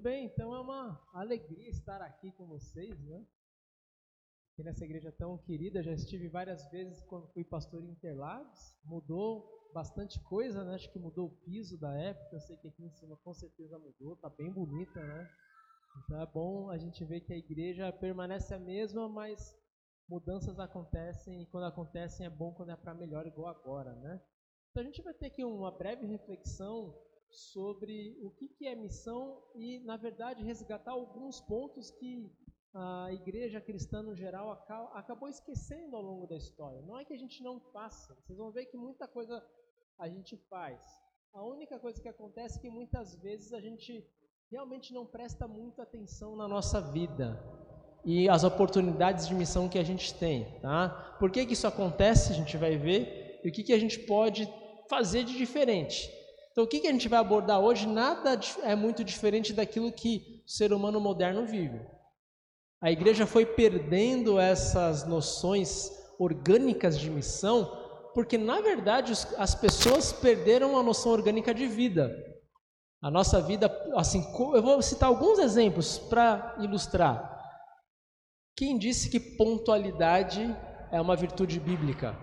bem, então é uma alegria estar aqui com vocês, né? Aqui nessa igreja tão querida, já estive várias vezes quando fui pastor em Interlagos, mudou bastante coisa, né? Acho que mudou o piso da época, eu sei que aqui em cima com certeza mudou, tá bem bonita, né? Então é bom a gente ver que a igreja permanece a mesma, mas mudanças acontecem e quando acontecem é bom quando é para melhor, igual agora, né? Então a gente vai ter aqui uma breve reflexão sobre o que é missão e, na verdade, resgatar alguns pontos que a igreja cristã no geral acabou esquecendo ao longo da história. Não é que a gente não faça, vocês vão ver que muita coisa a gente faz. A única coisa que acontece é que muitas vezes a gente realmente não presta muita atenção na nossa vida e as oportunidades de missão que a gente tem, tá? Por que isso acontece? A gente vai ver e o que a gente pode fazer de diferente. Então, o que a gente vai abordar hoje, nada é muito diferente daquilo que o ser humano moderno vive. A igreja foi perdendo essas noções orgânicas de missão, porque, na verdade, as pessoas perderam a noção orgânica de vida. A nossa vida, assim, eu vou citar alguns exemplos para ilustrar. Quem disse que pontualidade é uma virtude bíblica?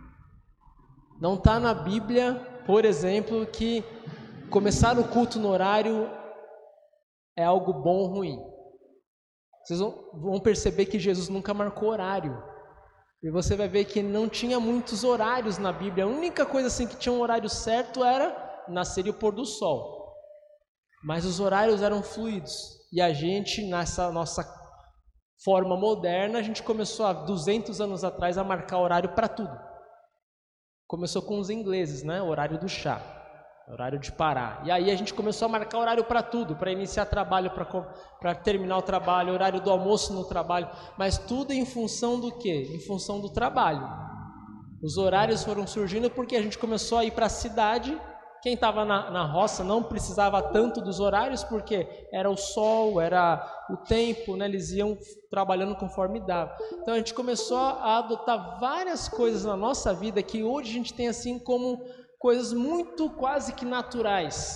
Não está na Bíblia, por exemplo, que começar o culto no horário é algo bom ou ruim. Vocês vão perceber que Jesus nunca marcou horário. E você vai ver que não tinha muitos horários na Bíblia. A única coisa assim que tinha um horário certo era nascer e o pôr do sol. Mas os horários eram fluidos. E a gente, nessa nossa forma moderna, a gente começou há 200 anos atrás a marcar horário para tudo. Começou com os ingleses, né? O horário do chá, horário de parar. E aí a gente começou a marcar horário para tudo, para iniciar trabalho, para terminar o trabalho, horário do almoço no trabalho. Mas tudo em função do quê? Em função do trabalho. Os horários foram surgindo porque a gente começou a ir para a cidade. Quem estava na roça não precisava tanto dos horários, porque era o sol, era o tempo, né? Eles iam trabalhando conforme dava. Então a gente começou a adotar várias coisas na nossa vida que hoje a gente tem assim como coisas muito quase que naturais.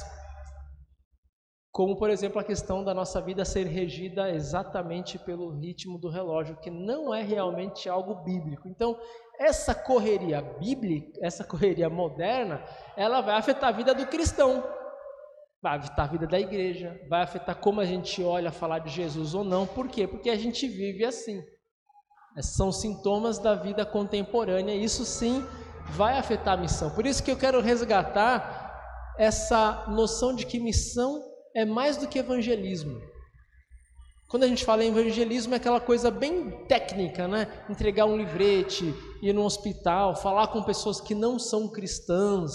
Como, por exemplo, a questão da nossa vida ser regida exatamente pelo ritmo do relógio, que não é realmente algo bíblico. Então, essa correria bíblica, essa correria moderna, ela vai afetar a vida do cristão, vai afetar a vida da igreja, vai afetar como a gente olha falar de Jesus ou não. Por quê? Porque a gente vive assim. São sintomas da vida contemporânea, e isso sim vai afetar a missão. Por isso que eu quero resgatar essa noção de que missão é mais do que evangelismo. Quando a gente fala em evangelismo, é aquela coisa bem técnica, né? Entregar um livrete, ir no hospital, falar com pessoas que não são cristãs.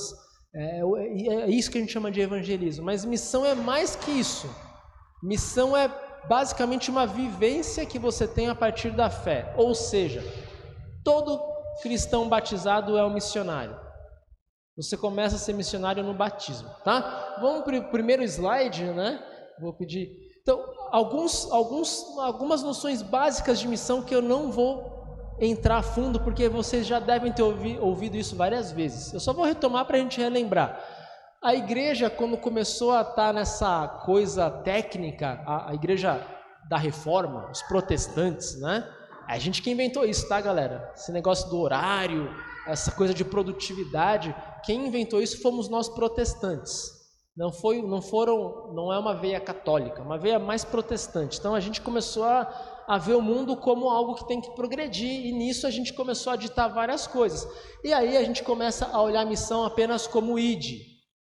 É isso que a gente chama de evangelismo. Mas missão é mais que isso. Missão é basicamente uma vivência que você tem a partir da fé. Ou seja, todo cristão batizado é um missionário. Você começa a ser missionário no batismo, tá? Vamos para o primeiro slide, né? Vou pedir. Então, algumas noções básicas de missão que eu não vou entrar a fundo, porque vocês já devem ter ouvido isso várias vezes. Eu só vou retomar para a gente relembrar. A igreja, quando começou a estar nessa coisa técnica, a igreja da reforma, os protestantes, né? É a gente que inventou isso, tá, galera? Esse negócio do horário, essa coisa de produtividade, quem inventou isso fomos nós protestantes. Não é uma veia católica, uma veia mais protestante. Então a gente começou a ver o mundo como algo que tem que progredir, e nisso a gente começou a ditar várias coisas. E aí a gente começa a olhar a missão apenas como id.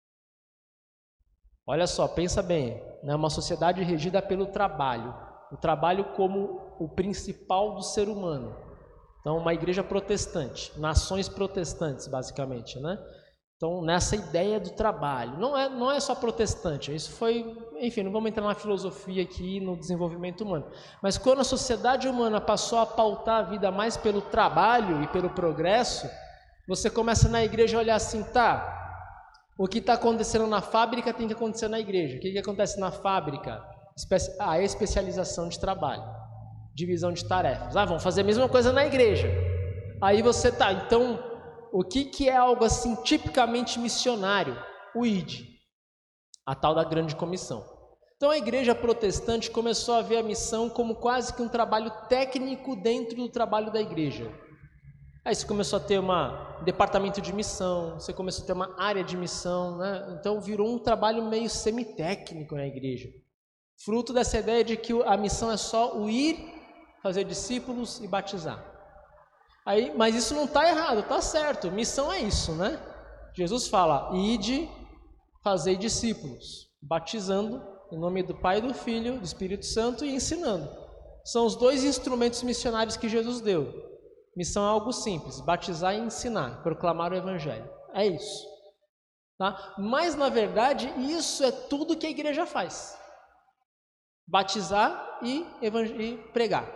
Olha só, pensa bem, né? Uma sociedade regida pelo trabalho, o trabalho como o principal do ser humano. Então, uma igreja protestante, nações protestantes, basicamente, né? Então, nessa ideia do trabalho, não é só protestante, isso foi, enfim, não vamos entrar na filosofia aqui, no desenvolvimento humano, mas quando a sociedade humana passou a pautar a vida mais pelo trabalho e pelo progresso, você começa na igreja a olhar assim, tá, o que está acontecendo na fábrica tem que acontecer na igreja. O que acontece na fábrica? A especialização de trabalho, divisão de tarefas. Vamos fazer a mesma coisa na igreja. Aí você tá, então, o que é algo assim tipicamente missionário? O ID, a tal da grande comissão. Então a igreja protestante começou a ver a missão como quase que um trabalho técnico dentro do trabalho da igreja. Aí você começou a ter um departamento de missão, você começou a ter uma área de missão, né? Então virou um trabalho meio semitécnico na igreja. Fruto dessa ideia de que a missão é só o ir, fazer discípulos e batizar. Mas isso não está errado, está certo, missão é isso, né? Jesus fala, ide, fazei discípulos, batizando em nome do Pai, do Filho, do Espírito Santo e ensinando. São os dois instrumentos missionários que Jesus deu. Missão é algo simples, batizar e ensinar, proclamar o Evangelho. É isso. Tá? Mas, na verdade, isso é tudo que a igreja faz. Batizar e pregar.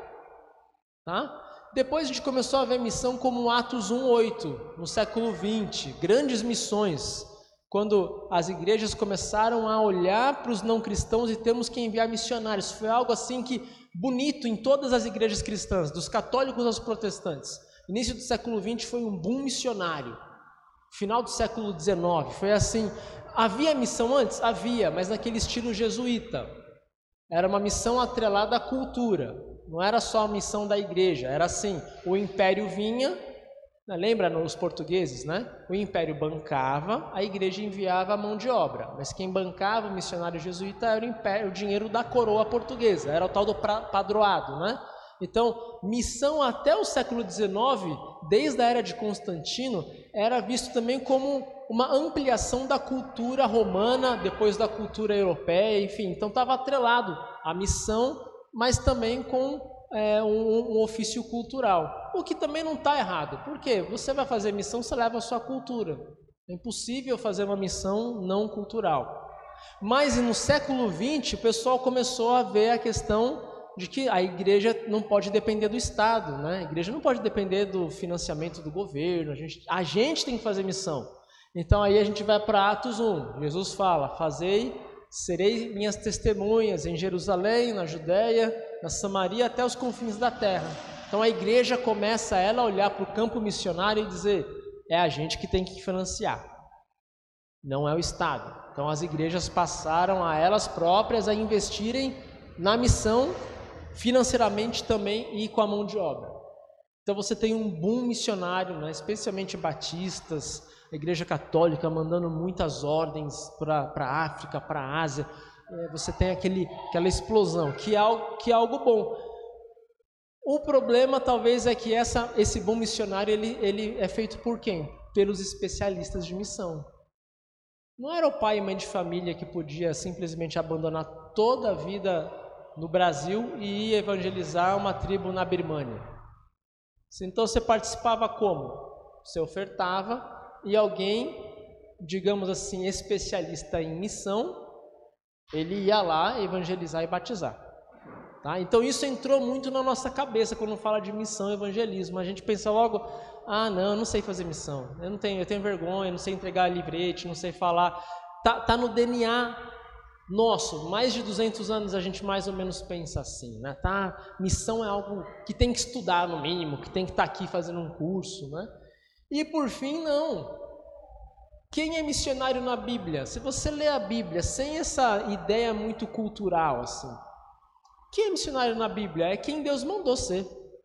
Tá? Depois a gente começou a ver missão como Atos 1:8, no século 20, grandes missões, quando as igrejas começaram a olhar para os não cristãos e temos que enviar missionários. Foi algo assim que bonito em todas as igrejas cristãs, dos católicos aos protestantes. Início do século 20 foi um boom missionário. Final do século 19 foi assim. Havia missão antes? Havia, mas naquele estilo jesuíta. Era uma missão atrelada à cultura. Não era só a missão da igreja. Era assim, o império vinha, lembra nos portugueses, né? O império bancava, a igreja enviava a mão de obra. Mas quem bancava o missionário jesuíta era o dinheiro da coroa portuguesa. Era o tal do padroado, né? Então, missão até o século XIX, desde a era de Constantino, era visto também como uma ampliação da cultura romana, depois da cultura europeia, enfim. Então, estava atrelado à missão, mas também com um ofício cultural. O que também não está errado. Por quê? Você vai fazer missão, você leva a sua cultura. É impossível fazer uma missão não cultural. Mas no século XX, o pessoal começou a ver a questão de que a igreja não pode depender do Estado, né? A igreja não pode depender do financiamento do governo, a gente tem que fazer missão. Então aí a gente vai para Atos 1, Jesus fala, serei minhas testemunhas em Jerusalém, na Judéia, na Samaria, até os confins da terra. Então a igreja começa a olhar para o campo missionário e dizer, é a gente que tem que financiar, não é o Estado. Então as igrejas passaram a elas próprias a investirem na missão, financeiramente também e com a mão de obra. Então você tem um boom missionário, né? Especialmente batistas, a igreja católica mandando muitas ordens para a África, para a Ásia. Você tem aquela explosão, que é algo bom. O problema talvez é que esse boom missionário ele é feito por quem? Pelos especialistas de missão. Não era o pai e mãe de família que podia simplesmente abandonar toda a vida no Brasil e ir evangelizar uma tribo na Birmânia. Então você participava como? Você ofertava e alguém, digamos assim, especialista em missão, ele ia lá evangelizar e batizar. Tá? Então isso entrou muito na nossa cabeça quando fala de missão e evangelismo. A gente pensa logo, não, eu não sei fazer missão, eu tenho vergonha, não sei entregar livrete, não sei falar. Tá no DNA nosso, mais de 200 anos a gente mais ou menos pensa assim, né? Missão é algo que tem que estudar no mínimo, que tem que estar aqui fazendo um curso, né? E por fim, não. Quem é missionário na Bíblia? Se você lê a Bíblia sem essa ideia muito cultural, assim, quem é missionário na Bíblia? É quem Deus mandou ser.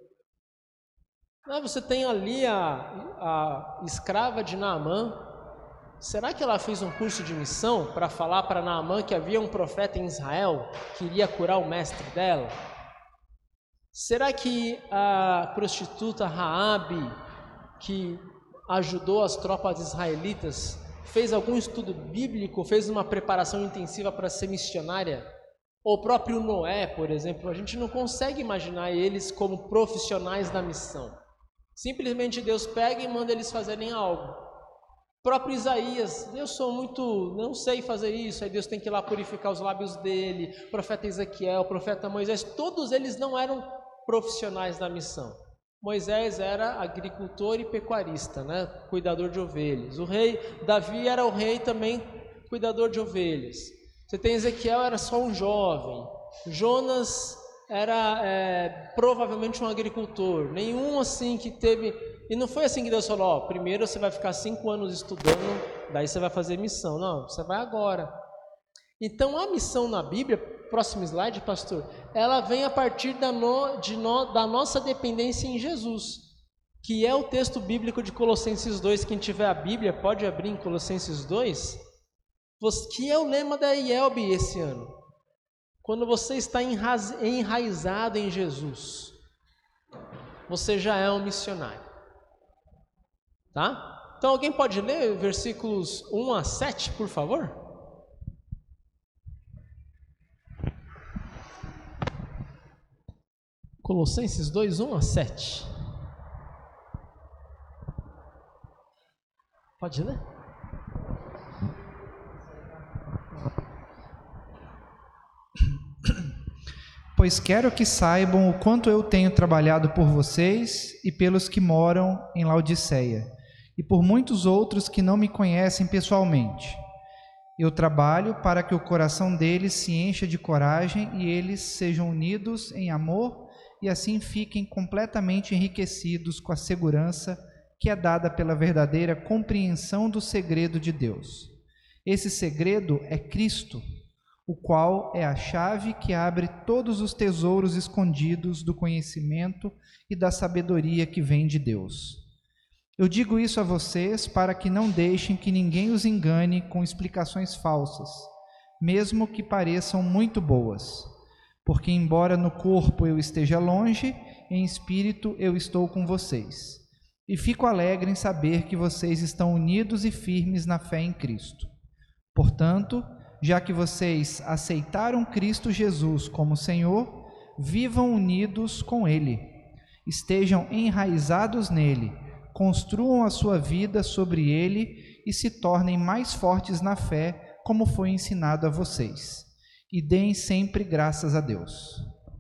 Você tem ali a escrava de Naamã. Será que ela fez um curso de missão para falar para Naamã que havia um profeta em Israel que iria curar o mestre dela? Será que a prostituta Raabe, que ajudou as tropas israelitas, fez algum estudo bíblico, fez uma preparação intensiva para ser missionária? Ou o próprio Noé, por exemplo, a gente não consegue imaginar eles como profissionais da missão. Simplesmente Deus pega e manda eles fazerem algo. O próprio Isaías, não sei fazer isso, aí Deus tem que ir lá purificar os lábios dele, o profeta Ezequiel, o profeta Moisés, todos eles não eram profissionais da missão. Moisés era agricultor e pecuarista, né? Cuidador de ovelhas. O rei Davi era o rei também, cuidador de ovelhas. Você tem Ezequiel, era só um jovem. Jonas era provavelmente um agricultor. Nenhum assim que teve... E não foi assim que Deus falou, primeiro você vai ficar 5 anos estudando, daí você vai fazer missão. Não, você vai agora. Então a missão na Bíblia, próximo slide, pastor, ela vem a partir da nossa dependência em Jesus, que é o texto bíblico de Colossenses 2. Quem tiver a Bíblia pode abrir em Colossenses 2, que é o lema da IELB esse ano. Quando você está enraizado em Jesus, você já é um missionário. Tá? Então alguém pode ler versículos 1 a 7, por favor? Colossenses 2, 1 a 7. Pode ler? Pois quero que saibam o quanto eu tenho trabalhado por vocês e pelos que moram em Laodiceia, e por muitos outros que não me conhecem pessoalmente. Eu trabalho para que o coração deles se encha de coragem e eles sejam unidos em amor e assim fiquem completamente enriquecidos com a segurança que é dada pela verdadeira compreensão do segredo de Deus. Esse segredo é Cristo, o qual é a chave que abre todos os tesouros escondidos do conhecimento e da sabedoria que vem de Deus. Eu digo isso a vocês para que não deixem que ninguém os engane com explicações falsas, mesmo que pareçam muito boas. Porque embora no corpo eu esteja longe, em espírito eu estou com vocês. E fico alegre em saber que vocês estão unidos e firmes na fé em Cristo. Portanto, já que vocês aceitaram Cristo Jesus como Senhor, vivam unidos com Ele. Estejam enraizados nele, construam a sua vida sobre Ele e se tornem mais fortes na fé, como foi ensinado a vocês. E deem sempre graças a Deus.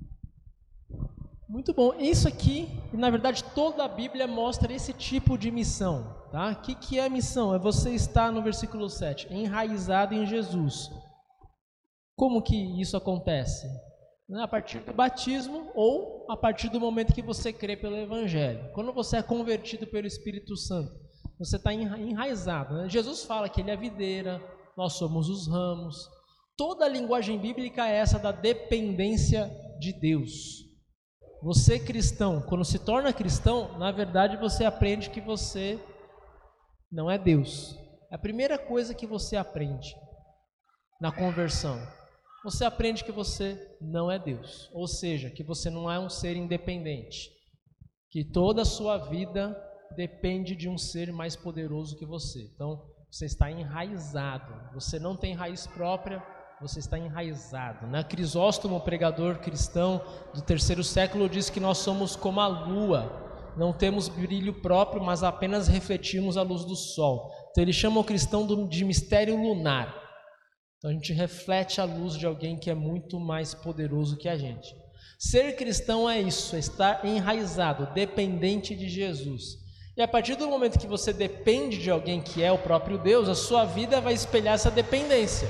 Muito bom. Isso aqui, na verdade, toda a Bíblia mostra esse tipo de missão. Tá? O que é a missão? É você estar no versículo 7, enraizado em Jesus. Como que isso acontece? A partir do batismo ou a partir do momento que você crê pelo Evangelho. Quando você é convertido pelo Espírito Santo, você está enraizado. Né? Jesus fala que Ele é a videira, nós somos os ramos. Toda a linguagem bíblica é essa da dependência de Deus. Você cristão, quando se torna cristão, na verdade você aprende que você não é Deus. É a primeira coisa que você aprende na conversão. Você aprende que você não é Deus, ou seja, que você não é um ser independente, que toda a sua vida depende de um ser mais poderoso que você. Então, você está enraizado, você não tem raiz própria, você está enraizado. Né? Crisóstomo, pregador cristão do 3º século, diz que nós somos como a lua, não temos brilho próprio, mas apenas refletimos a luz do sol. Então ele chama o cristão de mistério lunar. Então a gente reflete a luz de alguém que é muito mais poderoso que a gente. Ser cristão é isso, é estar enraizado, dependente de Jesus. E a partir do momento que você depende de alguém que é o próprio Deus, a sua vida vai espelhar essa dependência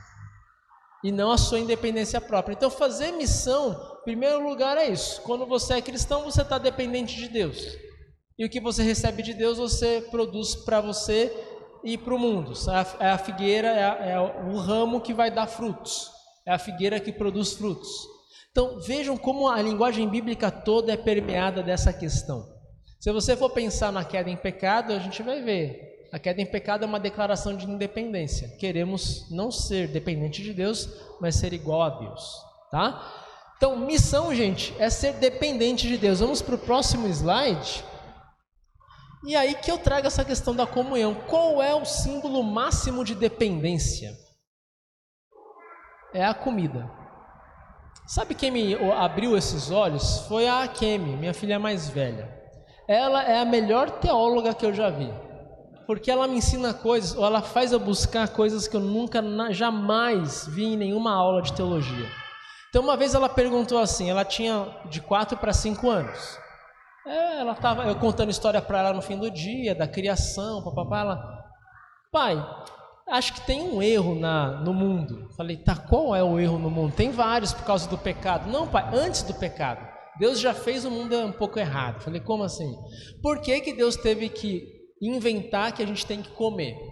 e não a sua independência própria. Então fazer missão, em primeiro lugar, é isso. Quando você é cristão, você está dependente de Deus. E o que você recebe de Deus, você produz para você e para o mundo. É a figueira, é o ramo que vai dar frutos. É a figueira que produz frutos. Então vejam como a linguagem bíblica toda é permeada dessa questão. Se você for pensar na queda em pecado, a gente vai ver. A queda em pecado é uma declaração de independência. Queremos não ser dependente de Deus, mas ser igual a Deus. Tá? Então, missão, gente, é ser dependente de Deus. Vamos para o próximo slide. E aí que eu trago essa questão da comunhão. Qual é o símbolo máximo de dependência? É a comida. Sabe quem me abriu esses olhos? Foi a Kemi, minha filha mais velha. Ela é a melhor teóloga que eu já vi. Porque ela me ensina coisas, ou ela faz eu buscar coisas que eu nunca, jamais vi em nenhuma aula de teologia. Então uma vez ela perguntou assim, ela tinha de 4 para 5 anos. Ela estava, eu contando história para ela no fim do dia, da criação, papapá, ela, pai, acho que tem um erro no mundo. Falei, tá, qual é o erro no mundo? Tem vários por causa do pecado. Não, pai, antes do pecado. Deus já fez o mundo um pouco errado. Falei, como assim? Por que Deus teve que inventar que a gente tem que comer?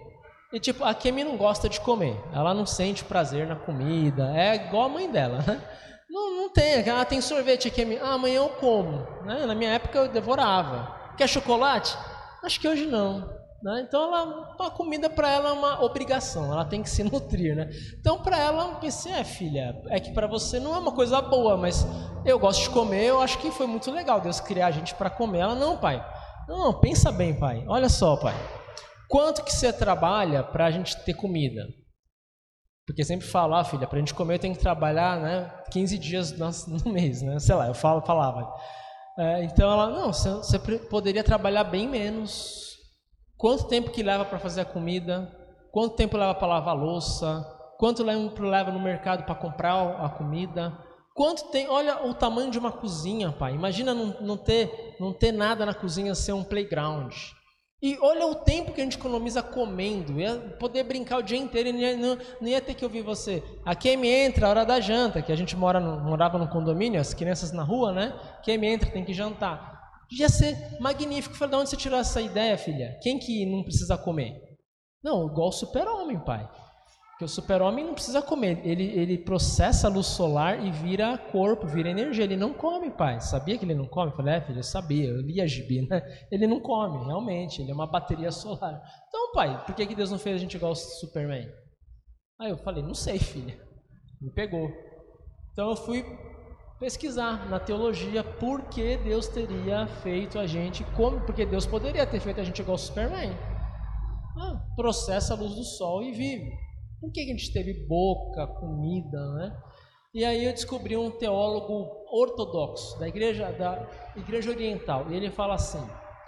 E tipo, a Kemi não gosta de comer. Ela não sente prazer na comida. É igual a mãe dela, né? Não tem. Ela tem sorvete, a Kemi. Ah, amanhã eu como. Né? Na minha época eu devorava. Quer chocolate? Acho que hoje não. Né? Então a comida para ela é uma obrigação. Ela tem que se nutrir, né? Então para ela eu pensei, filha, é que para você não é uma coisa boa, mas eu gosto de comer. Eu acho que foi muito legal Deus criar a gente para comer. Ela, não, pai. Não, pensa bem, pai. Olha só, pai. Quanto que você trabalha para a gente ter comida? Porque sempre falo, filha, para a gente comer eu tenho que trabalhar, né, 15 dias no mês, né? Sei lá, eu falava. Então ela, não, você poderia trabalhar bem menos. Quanto tempo que leva para fazer a comida? Quanto tempo leva para lavar a louça? Quanto leva no mercado para comprar a comida? Quanto tem? Olha o tamanho de uma cozinha, pai. Imagina não ter nada na cozinha, ser um playground. E olha o tempo que a gente economiza comendo. Ia poder brincar o dia inteiro e não ia ter que ouvir você. A Kemi entra a hora da janta, que a gente morava no condomínio, as crianças na rua, né? Kemi entra, tem que jantar. Ia ser magnífico. Falei, de onde você tirou essa ideia, filha? Quem que não precisa comer? Não, igual o super-homem, pai. Porque o super-homem não precisa comer. Ele processa a luz solar e vira corpo, vira energia. Ele não come, pai. Sabia que ele não come? Eu falei, filho, eu sabia. Eu li a gibi, né? Ele não come, realmente. Ele é uma bateria solar. Então, pai, por que Deus não fez a gente igual o Superman? Aí eu falei, não sei, filha. Me pegou. Então eu fui pesquisar na teologia por que Deus teria feito a gente como, porque Deus poderia ter feito a gente igual o Superman. Processa a luz do sol e vive. Por que a gente teve boca, comida, né? E aí eu descobri um teólogo ortodoxo da igreja oriental. E ele fala assim,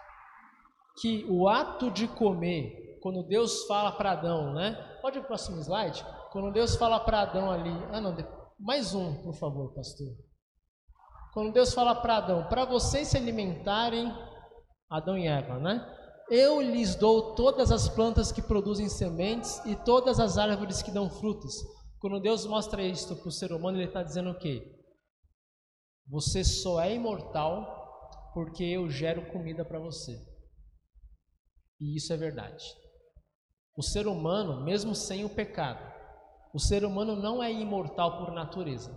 que o ato de comer, quando Deus fala para Adão, né? Pode ir para o próximo slide? Quando Deus fala para Adão ali... mais um, por favor, pastor. Quando Deus fala para Adão, para vocês se alimentarem, Adão e Eva, né? Eu lhes dou todas as plantas que produzem sementes e todas as árvores que dão frutos. Quando Deus mostra isso para o ser humano, Ele está dizendo o quê? Você só é imortal porque eu gero comida para você. E isso é verdade. O ser humano, mesmo sem o pecado, o ser humano não é imortal por natureza.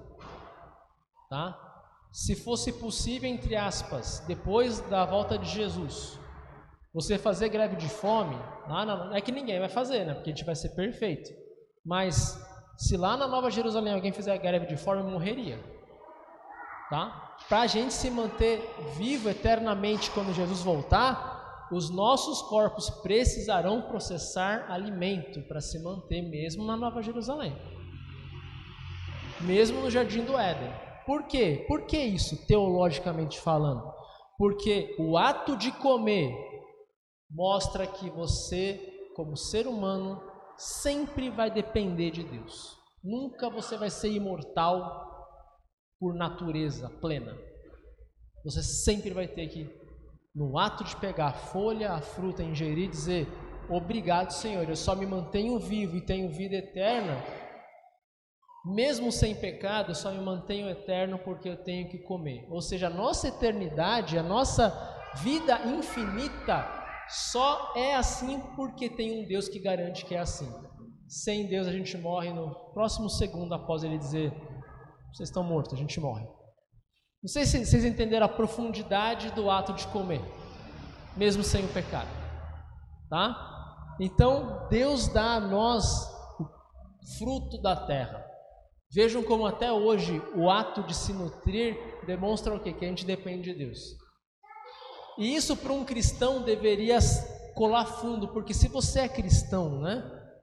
Tá? Se fosse possível, entre aspas, depois da volta de Jesus, você fazer greve de fome, não é que ninguém vai fazer, né? Porque a gente vai ser perfeito. Mas se lá na Nova Jerusalém alguém fizer greve de fome, morreria. Tá? Para a gente se manter vivo eternamente quando Jesus voltar, os nossos corpos precisarão processar alimento para se manter mesmo na Nova Jerusalém. Mesmo no Jardim do Éden. Por quê? Por que isso, teologicamente falando? Porque o ato de comer mostra que você, como ser humano, sempre vai depender de Deus. Nunca você vai ser imortal por natureza plena. Você sempre vai ter que, no ato de pegar a folha, a fruta, ingerir e dizer, obrigado, Senhor, eu só me mantenho vivo e tenho vida eterna. Mesmo sem pecado, eu só me mantenho eterno porque eu tenho que comer. Ou seja, a nossa eternidade, a nossa vida infinita só é assim porque tem um Deus que garante que é assim. Sem Deus a gente morre no próximo segundo após Ele dizer, vocês estão mortos, a gente morre. Não sei se vocês entenderam a profundidade do ato de comer, mesmo sem o pecado. Tá? Então Deus dá a nós o fruto da terra. Vejam como até hoje o ato de se nutrir demonstra o quê? Que a gente depende de Deus. E isso para um cristão deveria colar fundo, porque se você é cristão, né?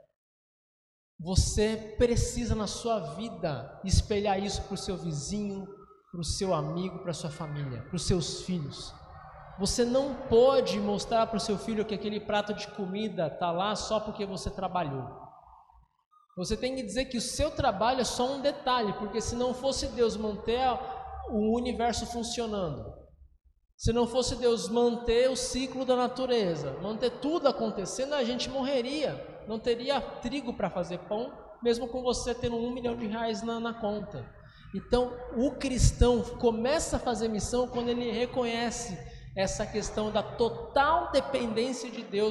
Você precisa na sua vida espelhar isso para o seu vizinho, para o seu amigo, para a sua família, para os seus filhos. Você não pode mostrar para o seu filho que aquele prato de comida está lá só porque você trabalhou. Você tem que dizer que o seu trabalho é só um detalhe, porque se não fosse Deus manter o universo funcionando, se não fosse Deus manter o ciclo da natureza, manter tudo acontecendo, a gente morreria. Não teria trigo para fazer pão, mesmo com você tendo R$1 milhão na conta. Então, o cristão começa a fazer missão quando ele reconhece essa questão da total dependência de Deus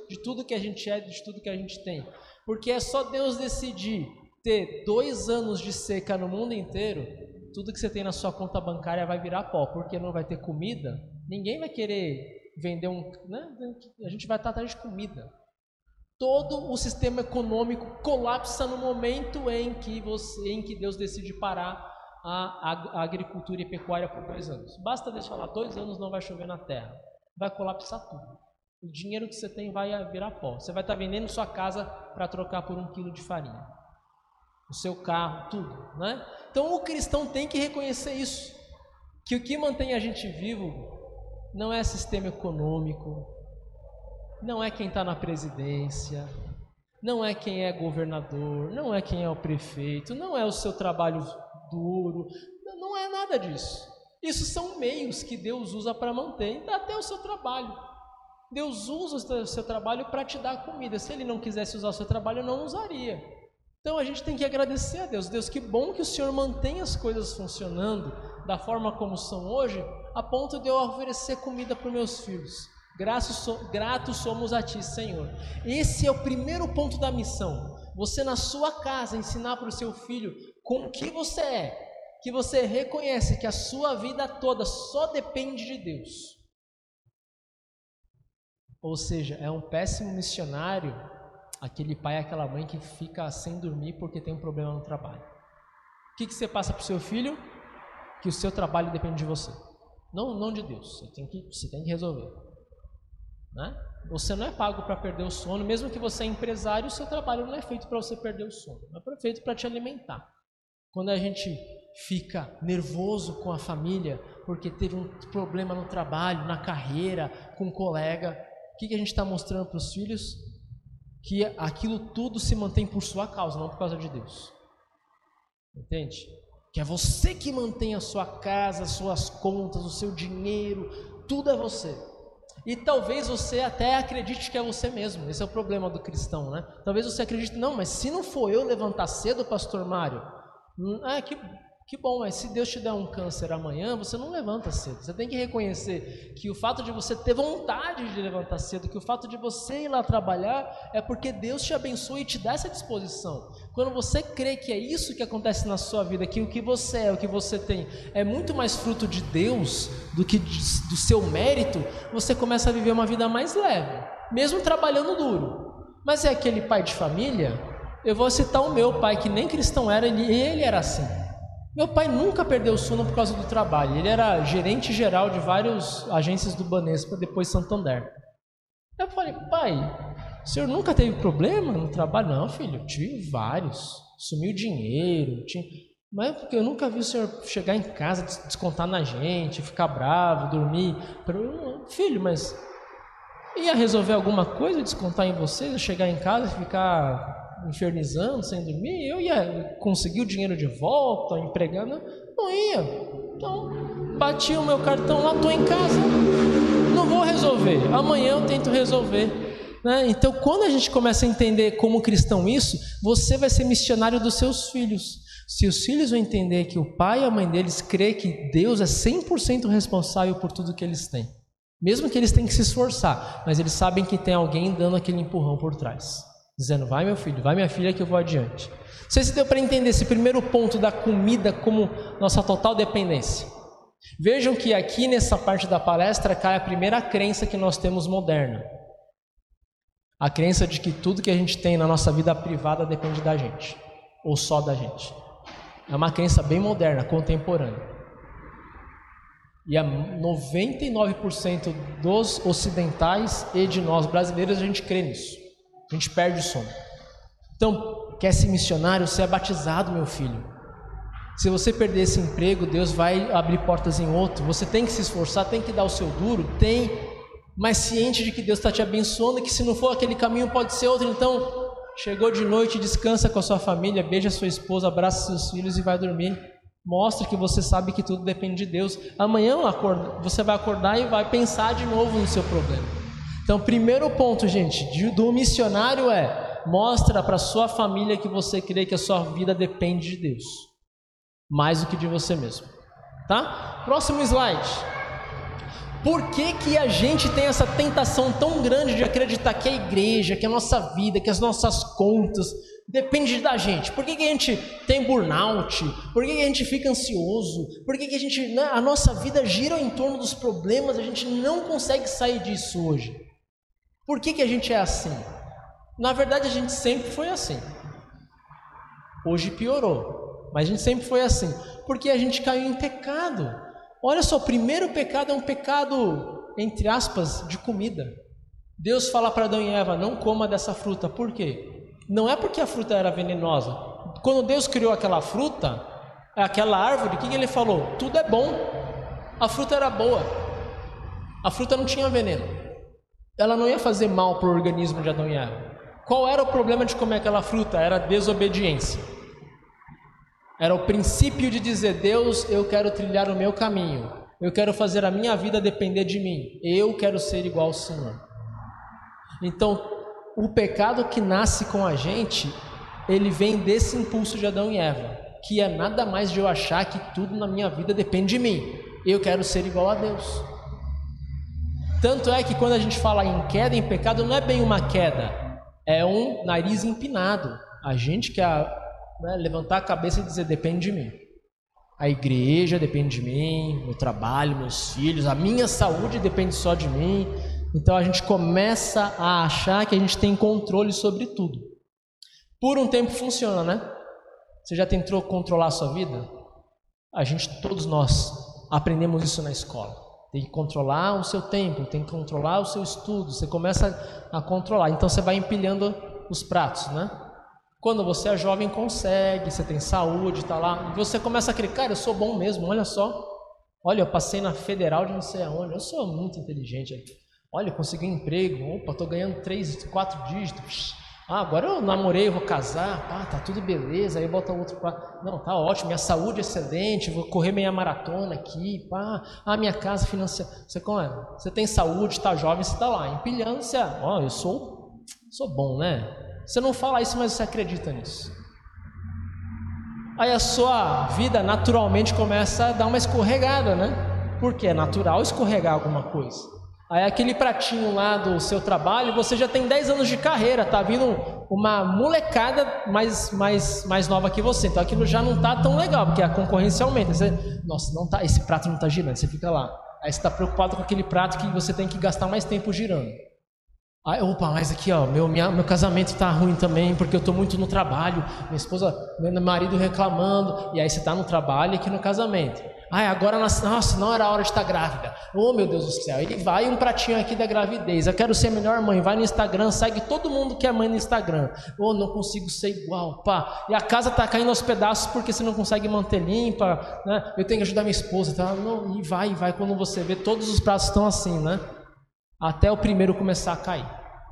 de tudo que a gente é, de tudo que a gente tem. Porque é só Deus decidir ter 2 anos de seca no mundo inteiro, tudo que você tem na sua conta bancária vai virar pó, porque não vai ter comida. Ninguém vai querer vender a gente vai estar atrás de comida. Todo o sistema econômico colapsa no momento em que Deus decide parar a agricultura e pecuária por 2 anos. Basta deixar lá, 2 anos não vai chover na terra. Vai colapsar tudo. O dinheiro que você tem vai virar pó. Você vai estar vendendo sua casa para trocar por 1 quilo de farinha. O seu carro, tudo, né? Então o cristão tem que reconhecer isso. Que o que mantém a gente vivo não é sistema econômico, não é quem está na presidência, não é quem é governador, não é quem é o prefeito, não é o seu trabalho duro, não é nada disso. Isso são meios que Deus usa para manter, até o seu trabalho. Deus usa o seu trabalho para te dar comida. Se Ele não quisesse usar o seu trabalho, não usaria. Então a gente tem que agradecer a Deus. Deus, que bom que o Senhor mantém as coisas funcionando da forma como são hoje, a ponto de eu oferecer comida para os meus filhos. Gratos somos a Ti, Senhor. Esse é o primeiro ponto da missão. Você na sua casa ensinar para o seu filho com o que você é, que você reconhece que a sua vida toda só depende de Deus. Ou seja, é um péssimo missionário aquele pai, aquela mãe que fica sem dormir porque tem um problema no trabalho. O que você passa para o seu filho? Que o seu trabalho depende de você, não de Deus. Você tem que resolver, né? Você não é pago para perder o sono. Mesmo que você é empresário, o seu trabalho não é feito para você perder o sono, é feito para te alimentar. Quando a gente fica nervoso com a família porque teve um problema no trabalho, na carreira, com um colega, o que a gente está mostrando para os filhos? Que aquilo tudo se mantém por sua causa, não por causa de Deus. Entende? Que é você que mantém a sua casa, as suas contas, o seu dinheiro, tudo é você. E talvez você até acredite que é você mesmo. Esse é o problema do cristão, né? Talvez você acredite, não, mas se não for eu levantar cedo, pastor Mário, que bom, mas se Deus te der um câncer amanhã, você não levanta cedo. Você tem que reconhecer que o fato de você ter vontade de levantar cedo, que o fato de você ir lá trabalhar, é porque Deus te abençoa e te dá essa disposição. Quando você crê que é isso que acontece na sua vida, que o que você é, o que você tem, é muito mais fruto de Deus do que do seu mérito, você começa a viver uma vida mais leve, mesmo trabalhando duro. Mas é aquele pai de família, eu vou citar o meu pai, que nem cristão era, ele era assim. Meu pai nunca perdeu sono por causa do trabalho. Ele era gerente geral de várias agências do Banespa, depois Santander. Eu falei, pai, o senhor nunca teve problema no trabalho? Não, filho, eu tive vários. Sumiu dinheiro, mas porque eu nunca vi o senhor chegar em casa, descontar na gente, ficar bravo, dormir. Filho, mas ia resolver alguma coisa, descontar em você, chegar em casa e ficar infernizando, sem dormir? Eu ia conseguir o dinheiro de volta, empregando? Não ia. Então, bati o meu cartão lá, estou em casa, não vou resolver, amanhã eu tento resolver, né? Então, quando a gente começa a entender como cristão isso, você vai ser missionário dos seus filhos. Se os filhos vão entender que o pai e a mãe deles crê que Deus é 100% responsável por tudo que eles têm, mesmo que eles tenham que se esforçar, mas eles sabem que tem alguém dando aquele empurrão por trás, dizendo, vai meu filho, vai minha filha que eu vou adiante. Não sei se deu para entender esse primeiro ponto da comida como nossa total dependência. Vejam que aqui nessa parte da palestra cai a primeira crença que nós temos moderna. A crença de que tudo que a gente tem na nossa vida privada depende da gente, ou só da gente. É uma crença bem moderna, contemporânea. E a 99% dos ocidentais e de nós brasileiros a gente crê nisso. A gente perde o sono. Então, quer ser missionário? Você é batizado, meu filho. Se você perder esse emprego, Deus vai abrir portas em outro. Você tem que se esforçar, tem que dar o seu duro, mas ciente de que Deus está te abençoando e que se não for aquele caminho pode ser outro. Então, chegou de noite, descansa com a sua família, beija sua esposa, abraça seus filhos e vai dormir. Mostra que você sabe que tudo depende de Deus. Amanhã você vai acordar e vai pensar de novo no seu problema. Então, primeiro ponto, gente, do missionário mostra para sua família que você crê que a sua vida depende de Deus, mais do que de você mesmo, tá? Próximo slide. Por que que a gente tem essa tentação tão grande de acreditar que a igreja, que a nossa vida, que as nossas contas depende da gente? Por que que a gente tem burnout? Por que que a gente fica ansioso? Por que que a gente, né, a nossa vida gira em torno dos problemas, a gente não consegue sair disso hoje? Por que que a gente é assim? Na verdade, a gente sempre foi assim. Hoje piorou, mas a gente sempre foi assim, porque a gente caiu em pecado. Olha só, o primeiro pecado é um pecado, entre aspas, de comida. Deus fala para Adão e Eva, não coma dessa fruta. Por quê? Não é porque a fruta era venenosa. Quando Deus criou aquela fruta, aquela árvore, o que ele falou? Tudo é bom. A fruta era boa. A fruta não tinha veneno. Ela não ia fazer mal para o organismo de Adão e Eva. Qual era o problema de comer aquela fruta? Era a desobediência. Era o princípio de dizer, Deus, eu quero trilhar o meu caminho. Eu quero fazer a minha vida depender de mim. Eu quero ser igual ao Senhor. Então, o pecado que nasce com a gente, ele vem desse impulso de Adão e Eva, que é nada mais de eu achar que tudo na minha vida depende de mim. Eu quero ser igual a Deus. Tanto é que quando a gente fala em queda, em pecado, não é bem uma queda, é um nariz empinado. A gente quer levantar a cabeça e dizer, depende de mim. A igreja depende de mim, meu trabalho, meus filhos, a minha saúde depende só de mim. Então a gente começa a achar que a gente tem controle sobre tudo. Por um tempo funciona, né? Você já tentou controlar a sua vida? Todos nós aprendemos isso na escola. Tem que controlar o seu tempo, tem que controlar o seu estudo. Você começa a controlar, então você vai empilhando os pratos, né? Quando você é jovem, consegue, você tem saúde, tá lá. E você começa a crer, cara, eu sou bom mesmo, olha só. Olha, eu passei na federal de não sei aonde, eu sou muito inteligente. Olha, eu consegui um emprego, opa, tô ganhando 3, 4 dígitos. Agora eu namorei, eu vou casar, tá tudo beleza. Aí bota outro prato. Não, tá ótimo, minha saúde é excelente, vou correr meia maratona aqui, minha casa financiada. Você tem saúde, tá jovem, você tá lá, empilhando, eu sou bom, né? Você não fala isso, mas você acredita nisso. Aí a sua vida naturalmente começa a dar uma escorregada, né? Porque é natural escorregar alguma coisa. Aí aquele pratinho lá do seu trabalho, você já tem 10 anos de carreira, tá vindo uma molecada mais nova que você. Então aquilo já não tá tão legal, porque a concorrência aumenta. Nossa, esse prato não tá girando, você fica lá. Aí você está preocupado com aquele prato que você tem que gastar mais tempo girando. Aí, mas aqui, ó, meu casamento tá ruim também, porque eu tô muito no trabalho, minha esposa, meu marido reclamando, e aí você tá no trabalho e aqui no casamento. Agora, nossa, não era a hora de estar grávida. Oh, meu Deus do céu, ele vai um pratinho aqui da gravidez, eu quero ser a melhor mãe, vai no Instagram, segue todo mundo que é mãe no Instagram. Não consigo ser igual, e a casa tá caindo aos pedaços porque você não consegue manter limpa, né? Eu tenho que ajudar minha esposa, tá? Não, e vai, quando você vê, todos os pratos estão assim, né? Até o primeiro começar a cair.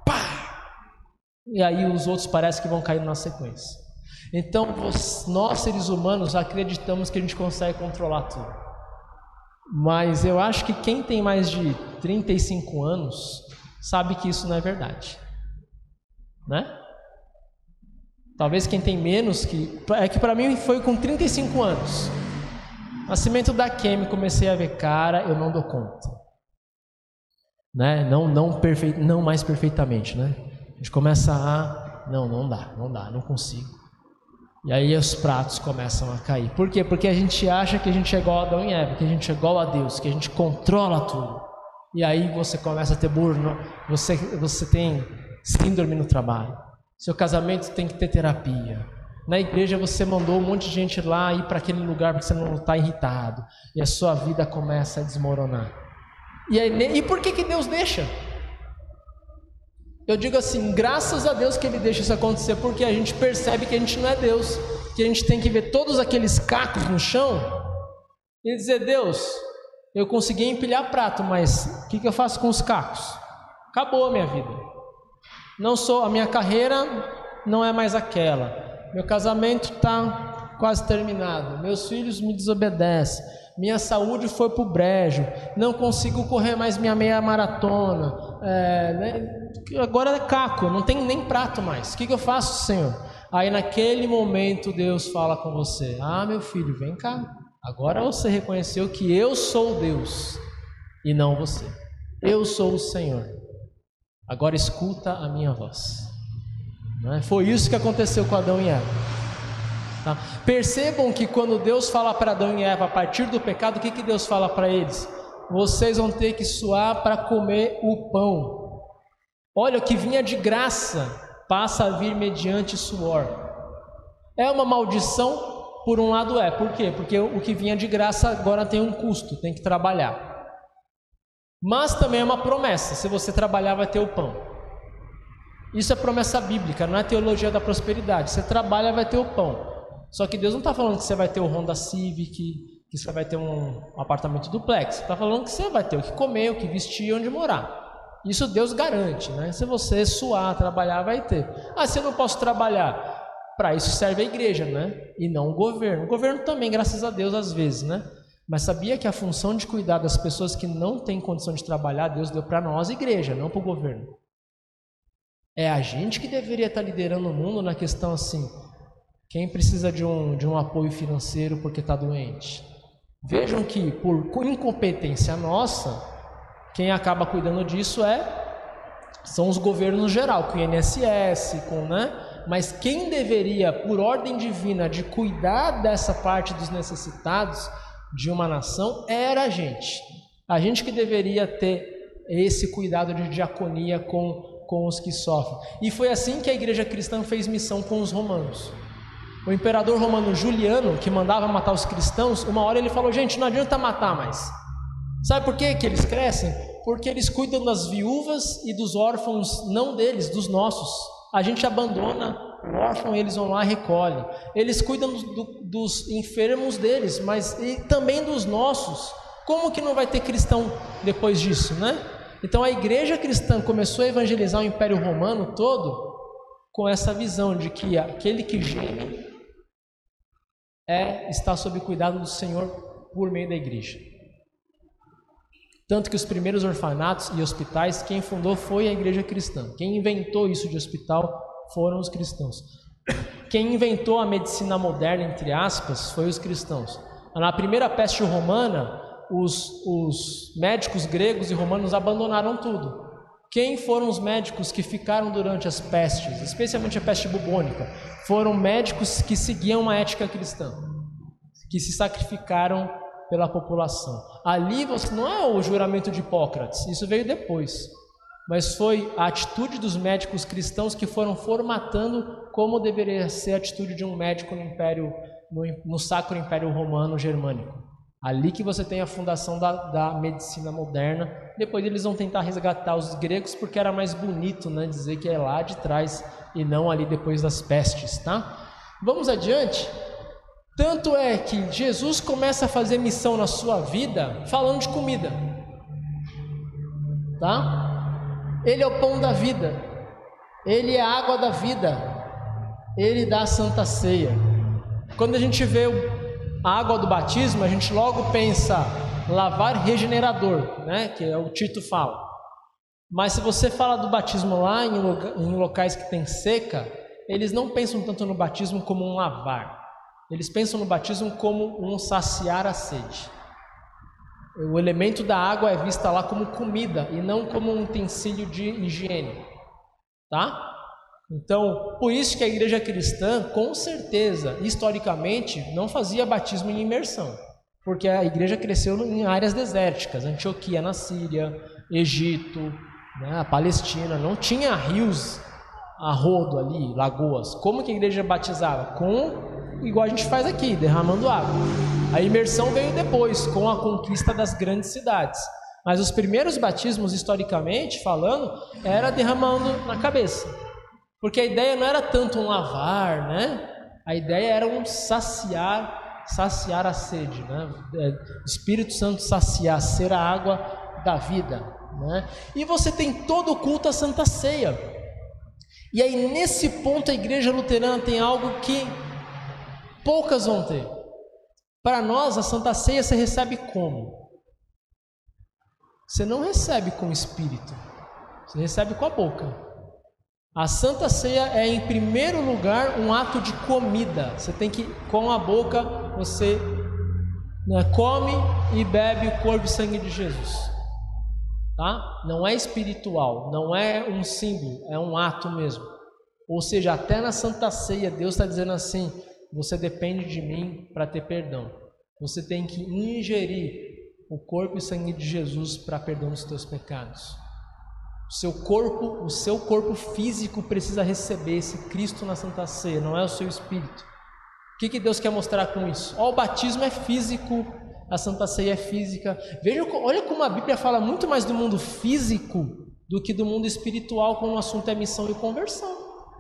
E aí os outros parece que vão cair na sequência. Então nós seres humanos acreditamos que a gente consegue controlar tudo. Mas eu acho que quem tem mais de 35 anos sabe que isso não é verdade, né? Talvez quem tem menos, que para mim foi com 35 anos. Nascimento da Kemi, comecei a ver, cara, eu não dou conta. Né? Não mais perfeitamente, né? A gente começa não dá, não consigo. E aí os pratos começam a cair. Por quê? Porque a gente acha que a gente é igual a Adão e Eva, que a gente é igual a Deus, que a gente controla tudo. E aí você começa a ter burnout, você tem síndrome no trabalho. Seu casamento tem que ter terapia. Na igreja você mandou um monte de gente lá ir para aquele lugar porque você não está irritado. E a sua vida começa a desmoronar. E por que Deus deixa? Eu digo assim, graças a Deus que Ele deixa isso acontecer, porque a gente percebe que a gente não é Deus, que a gente tem que ver todos aqueles cacos no chão e dizer, Deus, eu consegui empilhar prato, mas o que eu faço com os cacos? Acabou a minha vida. A minha carreira não é mais aquela, meu casamento está quase terminado, meus filhos me desobedecem, minha saúde foi pro brejo, não consigo correr mais minha meia maratona, agora é caco, não tem nem prato mais, o que eu faço, Senhor? Aí naquele momento Deus fala com você, meu filho, vem cá, agora você reconheceu que eu sou Deus, e não você. Eu sou o Senhor. Agora escuta a minha voz. Não é? Foi isso que aconteceu com Adão e Eva. Tá? Percebam que quando Deus fala para Adão e Eva a partir do pecado, o que Deus fala para eles? Vocês vão ter que suar para comer o pão. Olha, o que vinha de graça passa a vir mediante suor. É uma maldição? Por um lado é. Por quê? Porque o que vinha de graça agora tem um custo, tem que trabalhar. Mas também é uma promessa: se você trabalhar vai ter o pão. Isso é promessa bíblica, não é teologia da prosperidade. Você trabalha, vai ter o pão. Só que Deus não está falando que você vai ter o Honda Civic, que você vai ter um apartamento duplex. Está falando que você vai ter o que comer, o que vestir e onde morar. Isso Deus garante, né? Se você suar, trabalhar, vai ter. Se eu não posso trabalhar, para isso serve a igreja, né? E não o governo. O governo também, graças a Deus, às vezes, né? Mas sabia que a função de cuidar das pessoas que não têm condição de trabalhar, Deus deu para nós, igreja, não para o governo. É a gente que deveria estar liderando o mundo na questão assim: quem precisa de um apoio financeiro porque está doente? Vejam que, por incompetência nossa, quem acaba cuidando disso são os governos no geral, com o INSS, né? Mas quem deveria, por ordem divina, de cuidar dessa parte dos necessitados de uma nação, era a gente. A gente que deveria ter esse cuidado de diaconia com os que sofrem. E foi assim que a igreja cristã fez missão com os romanos. O imperador romano Juliano, que mandava matar os cristãos, uma hora ele falou: gente, não adianta matar mais. Sabe por que eles crescem? Porque eles cuidam das viúvas e dos órfãos, não deles, dos nossos. A gente abandona o órfão, eles vão lá e recolhem. Eles cuidam dos enfermos deles, mas e também dos nossos. Como que não vai ter cristão depois disso, né? Então a igreja cristã começou a evangelizar o Império Romano todo com essa visão de que aquele que geme está sob cuidado do Senhor por meio da igreja. Tanto que os primeiros orfanatos e hospitais, quem fundou foi a igreja cristã. Quem inventou isso de hospital foram os cristãos. Quem inventou a medicina moderna, entre aspas, foi os cristãos. Na primeira peste romana, os médicos gregos e romanos abandonaram tudo. Quem foram os médicos que ficaram durante as pestes, especialmente a peste bubônica? Foram médicos que seguiam uma ética cristã, que se sacrificaram pela população. Ali não é o juramento de Hipócrates, isso veio depois, mas foi a atitude dos médicos cristãos que foram formatando como deveria ser a atitude de um médico no Sacro Império Romano Germânico. Ali que você tem a fundação da medicina moderna. Depois eles vão tentar resgatar os gregos, porque era mais bonito, né, dizer que é lá de trás e não ali depois das pestes, tá? Vamos adiante. Tanto é que Jesus começa a fazer missão na sua vida falando de comida, tá? Ele é o pão da vida, ele é a água da vida, ele dá a Santa Ceia. Quando a gente vê a água do batismo, a gente logo pensa lavar regenerador, né? Que é o Tito fala. Mas se você fala do batismo lá em locais que tem seca, eles não pensam tanto no batismo como um lavar. Eles pensam no batismo como um saciar a sede. O elemento da água é vista lá como comida e não como um utensílio de higiene, tá? Então, por isso que a igreja cristã, com certeza, historicamente, não fazia batismo em imersão, porque a igreja cresceu em áreas desérticas, Antioquia na Síria, Egito, né, a Palestina, não tinha rios a rodo ali, lagoas. Como que a igreja batizava? Igual a gente faz aqui, derramando água. A imersão veio depois, com a conquista das grandes cidades. Mas os primeiros batismos, historicamente falando, era derramando na cabeça. Porque a ideia não era tanto um lavar, né? A ideia era um saciar a sede, né? O Espírito Santo saciar, ser a água da vida, né? E você tem todo o culto à Santa Ceia. E aí, nesse ponto, a igreja luterana tem algo que poucas vão ter. Para nós, a Santa Ceia você recebe como? Você não recebe com o Espírito, você recebe com a boca. A Santa Ceia é, em primeiro lugar, um ato de comida. Você tem que, com a boca, você come e bebe o corpo e sangue de Jesus. tá? Não é espiritual, não é um símbolo, é um ato mesmo. Ou seja, até na Santa Ceia, Deus está dizendo assim: você depende de mim para ter perdão. Você tem que ingerir o corpo e sangue de Jesus para perdão dos teus pecados. O seu corpo físico precisa receber esse Cristo na Santa Ceia, não é o seu espírito. O que Deus quer mostrar com isso? O batismo é físico, a Santa Ceia é física. Olha como a Bíblia fala muito mais do mundo físico do que do mundo espiritual quando o assunto é missão e conversão.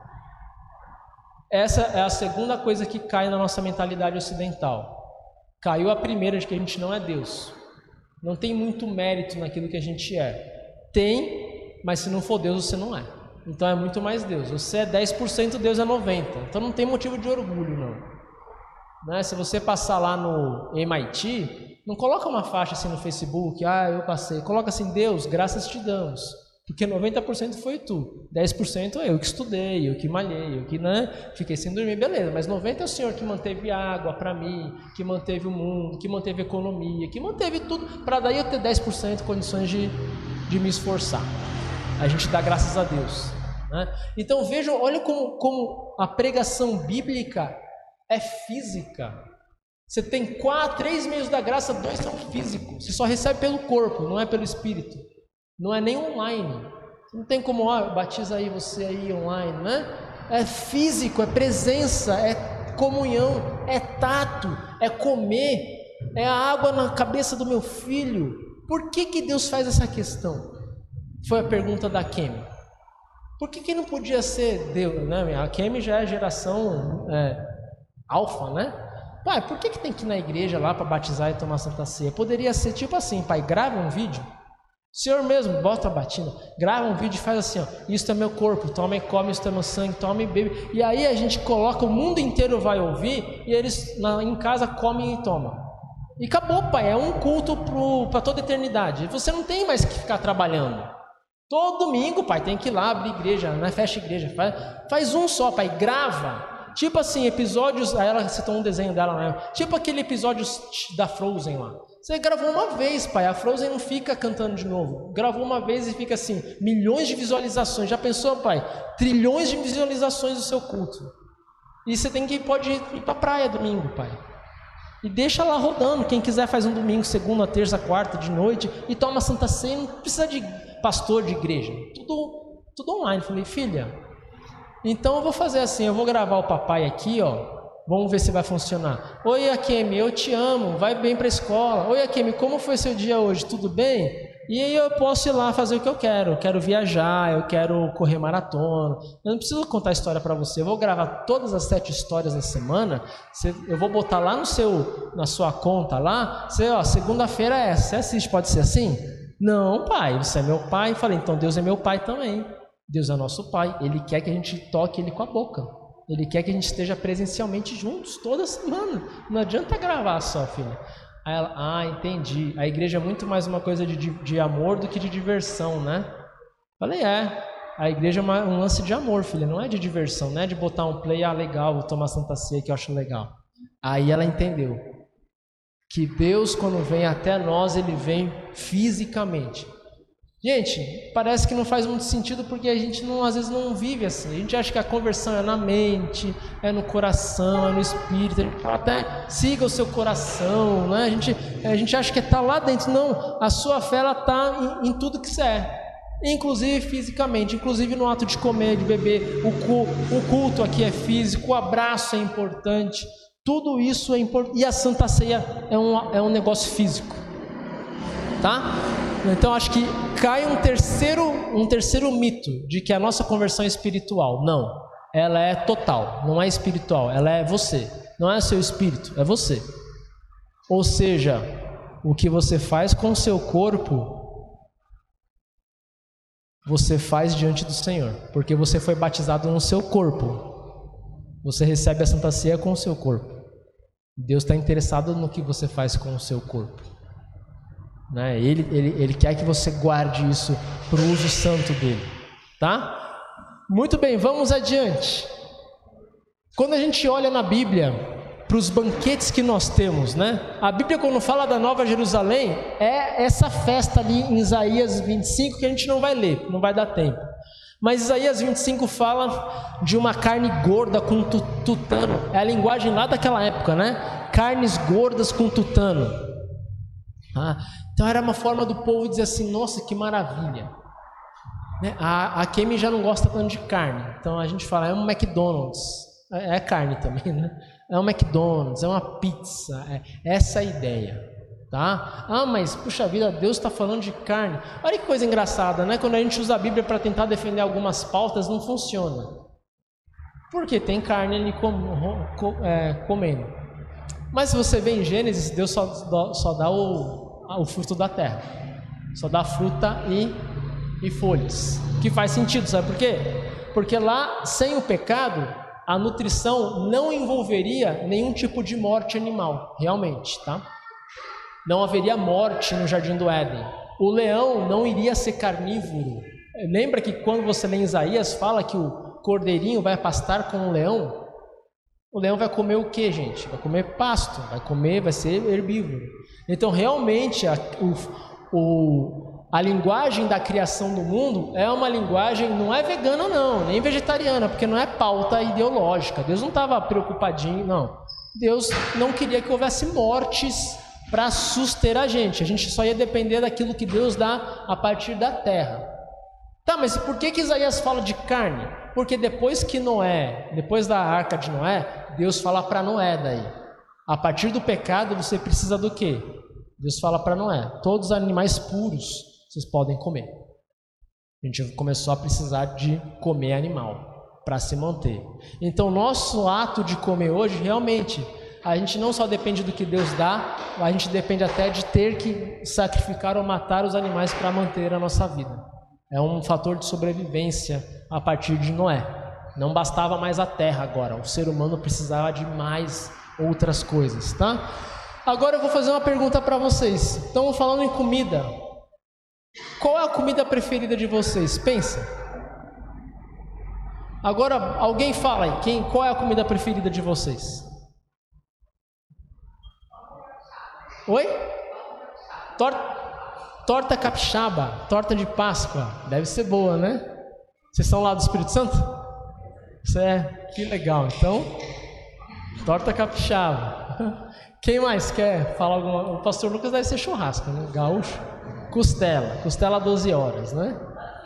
Essa é a segunda coisa que cai na nossa mentalidade ocidental. Caiu a primeira, de que a gente não é Deus. Não tem muito mérito naquilo que a gente é. Tem, mas se não for Deus, você não é. Então é muito mais Deus. Você é 10%, Deus é 90%. Então não tem motivo de orgulho, não. Né? Se você passar lá no MIT, não coloca uma faixa assim no Facebook: eu passei. Coloca assim: Deus, graças te damos. Porque 90% foi tu, 10% eu que estudei, eu que malhei, eu que fiquei sem dormir, beleza. Mas 90% é o Senhor que manteve água para mim, que manteve o mundo, que manteve a economia, que manteve tudo, para daí eu ter 10% condições de me esforçar. A gente dá graças a Deus. Né? Então vejam, olha como a pregação bíblica é física. Você tem 3 meios da graça, 2 são físicos. Você só recebe pelo corpo, não é pelo espírito. Não é nem online. Não tem como, batiza aí você aí online, né? É físico, é presença, é comunhão, é tato, é comer, é a água na cabeça do meu filho. Por que Deus faz essa questão? Foi a pergunta da Kemi. Por que não podia ser Deus, né? A Kemi já é geração alfa, né? Pai, por que tem que ir na igreja lá para batizar e tomar Santa Ceia? Poderia ser tipo assim: pai, grava um vídeo. O Senhor mesmo bota a batina, grava um vídeo e faz assim: isso é meu corpo, toma e come, isso é meu sangue, toma e bebe. E aí a gente coloca, o mundo inteiro vai ouvir, e eles em casa comem e tomam. E acabou, pai, é um culto para toda a eternidade. Você não tem mais que ficar trabalhando. Todo domingo, pai, tem que ir lá abrir igreja, não é fecha igreja, faz um só, pai, grava. Tipo assim, episódios, aí ela citou um desenho dela, né? Tipo aquele episódio da Frozen lá. Você gravou uma vez, pai, a Frozen não fica cantando de novo. Gravou uma vez e fica assim, milhões de visualizações. Já pensou, pai? Trilhões de visualizações do seu culto. E você pode ir para a praia domingo, pai. E deixa lá rodando. Quem quiser faz um domingo, segunda, terça, quarta, de noite, e toma Santa Ceia. Não precisa de pastor de igreja. Tudo online. Falei: filha, então eu vou fazer assim, eu vou gravar o papai aqui, vamos ver se vai funcionar. Oi, Akemi, eu te amo, vai bem para a escola. Oi, Akemi, como foi seu dia hoje? Tudo bem? E aí eu posso ir lá fazer o que eu quero viajar, eu quero correr maratona. Eu não preciso contar a história para você, eu vou gravar todas as 7 histórias da semana, eu vou botar lá na sua conta lá, segunda-feira é essa, você assiste, pode ser assim? Não, pai, você é meu pai. Eu falei: então Deus é meu pai também. Deus é nosso pai, Ele quer que a gente toque Ele com a boca. Ele quer que a gente esteja presencialmente juntos toda semana. Não adianta gravar só, filha. Aí ela: entendi. A igreja é muito mais uma coisa de amor do que de diversão, né? Falei: a igreja é um lance de amor, filha, não é de diversão, não é de botar um play, legal, vou tomar Santa Ceia que eu acho legal. Aí ela entendeu que Deus, quando vem até nós, Ele vem fisicamente. Gente, parece que não faz muito sentido porque a gente às vezes não vive assim. A gente acha que a conversão é na mente, é no coração, é no espírito. A gente fala até: siga o seu coração, né? A gente acha que está lá dentro. Não, a sua fé está em tudo que você é, inclusive fisicamente, inclusive no ato de comer, de beber. O culto aqui é físico, o abraço é importante, tudo isso é importante. E a Santa Ceia é um negócio físico, tá? Então acho que cai um terceiro mito de que a nossa conversão é espiritual. Não, ela é total, não é espiritual, ela é você, não é seu espírito, é você. Ou seja, o que você faz com o seu corpo, você faz diante do Senhor, porque você foi batizado no seu corpo. Você recebe a Santa Ceia com o seu corpo. Deus está interessado no que você faz com o seu corpo. Né? Ele quer que você guarde isso para o uso santo dele, tá? Muito bem, vamos adiante. Quando a gente olha na Bíblia, para os banquetes que nós temos, né? A Bíblia, quando fala da Nova Jerusalém, é essa festa ali em Isaías 25, que a gente não vai ler, não vai dar tempo. Mas Isaías 25 fala de uma carne gorda com tutano. É a linguagem lá daquela época, né? Carnes gordas com tutano. Então era uma forma do povo dizer assim, nossa, que maravilha. A Kemi já não gosta tanto de carne. Então a gente fala, é um McDonald's. É carne também, né? É um McDonald's, é uma pizza. É essa a ideia. Tá? Mas puxa vida, Deus está falando de carne. Olha que coisa engraçada, né? Quando a gente usa a Bíblia para tentar defender algumas pautas, não funciona. Porque tem carne ali comendo. Mas se você vê em Gênesis, Deus só dá o fruto da terra. Só dá fruta e folhas. Que faz sentido, sabe por quê? Porque lá, sem o pecado, a nutrição não envolveria nenhum tipo de morte animal, realmente, tá? Não haveria morte no Jardim do Éden. O leão não iria ser carnívoro. Lembra que quando você lê em Isaías, fala que o cordeirinho vai pastar com o leão? O leão vai comer o que, gente? Vai comer pasto, vai ser herbívoro. Então, realmente, a linguagem da criação do mundo é uma linguagem, não é vegana não, nem vegetariana, porque não é pauta ideológica. Deus não estava preocupadinho, não. Deus não queria que houvesse mortes para suster a gente só ia depender daquilo que Deus dá a partir da terra. Tá, mas por que Isaías fala de carne? Porque depois da arca de Noé, Deus fala para Noé daí. A partir do pecado você precisa do quê? Deus fala para Noé, todos os animais puros vocês podem comer. A gente começou a precisar de comer animal para se manter. Então nosso ato de comer hoje realmente, a gente não só depende do que Deus dá, a gente depende até de ter que sacrificar ou matar os animais para manter a nossa vida. É um fator de sobrevivência a partir de Noé. Não bastava mais a terra agora, o ser humano precisava de mais outras coisas, tá? Agora eu vou fazer uma pergunta para vocês. Estamos falando em comida. Qual é a comida preferida de vocês? Pensa. Agora alguém fala aí, qual é a comida preferida de vocês? Oi? Torta capixaba, torta de Páscoa. Deve ser boa, né? Vocês são lá do Espírito Santo? Que legal. Então, torta capixaba. Quem mais quer falar alguma? O pastor Lucas deve ser churrasco, né? Gaúcho. Costela 12 horas, né?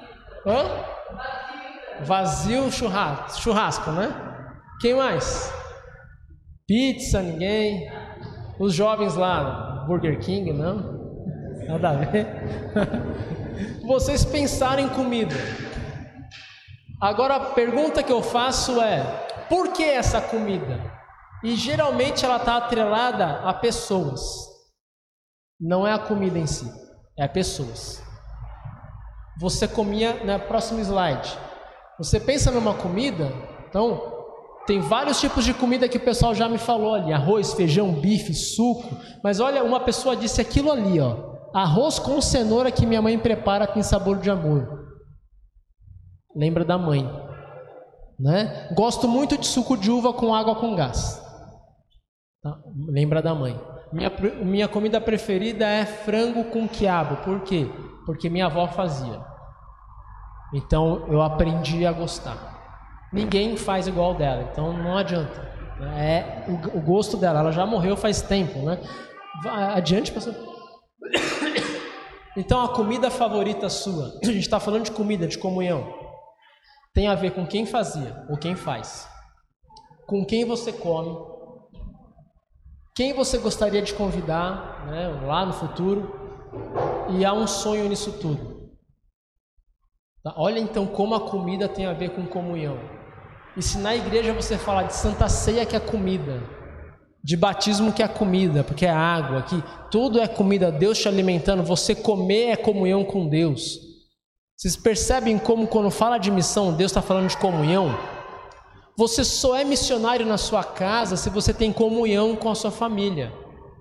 Vazio, churrasco, né? Quem mais? Pizza, ninguém. Os jovens lá, Burger King, não? Nada a ver. Vocês pensaram em comida. Agora a pergunta que eu faço é: por que essa comida? E geralmente ela está atrelada a pessoas. Não é a comida em si, é a pessoas. Você comia, na próximo slide, você pensa numa comida, então tem vários tipos de comida que o pessoal já me falou ali: arroz, feijão, bife, suco. Mas olha, uma pessoa disse aquilo ali, ó: arroz com cenoura que minha mãe prepara tem sabor de amor. Lembra da mãe, né? Gosto muito de suco de uva com água com gás. Tá? Lembra da mãe. Minha comida preferida é frango com quiabo. Por quê? Porque minha avó fazia. Então eu aprendi a gostar. Ninguém faz igual dela, então não adianta. É o gosto dela. Ela já morreu faz tempo, né? Adiante, pastor. Então a comida favorita sua, a gente está falando de comida, de comunhão, tem a ver com quem fazia ou quem faz, com quem você come, quem você gostaria de convidar, né, lá no futuro, e há um sonho nisso tudo. Tá? Olha então como a comida tem a ver com comunhão. E se na igreja você falar de Santa Ceia, que é comida, de batismo, que é comida, porque é água, que tudo é comida, Deus te alimentando, você comer é comunhão com Deus. Vocês percebem como quando fala de missão, Deus está falando de comunhão? Você só é missionário na sua casa se você tem comunhão com a sua família.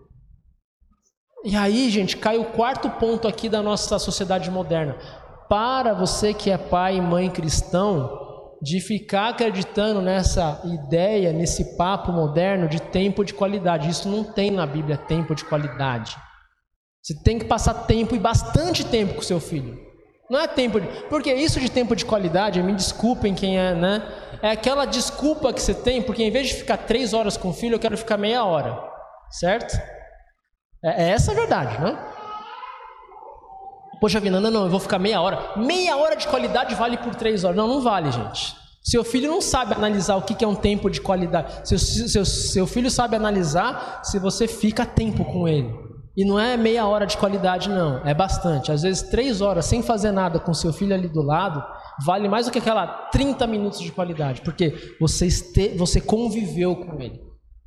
E aí, gente, cai o quarto ponto aqui da nossa sociedade moderna. Para você que é pai e mãe cristão, de ficar acreditando nessa ideia, nesse papo moderno de tempo de qualidade. Isso não tem na Bíblia, tempo de qualidade. Você tem que passar tempo, e bastante tempo, com seu filho. Não é tempo de... Porque isso de tempo de qualidade, me desculpem quem é, né? É aquela desculpa que você tem, porque em vez de ficar 3 horas com o filho, eu quero ficar meia hora. Certo? É essa a verdade, né? Poxa vida, não, eu vou ficar meia hora. Meia hora de qualidade vale por 3 horas. Não vale, gente. Seu filho não sabe analisar o que é um tempo de qualidade. Seu filho sabe analisar se você fica tempo com ele. E não é meia hora de qualidade, não. É bastante. Às vezes 3 horas sem fazer nada com seu filho ali do lado vale mais do que aquela 30 minutos de qualidade. Porque você conviveu com ele.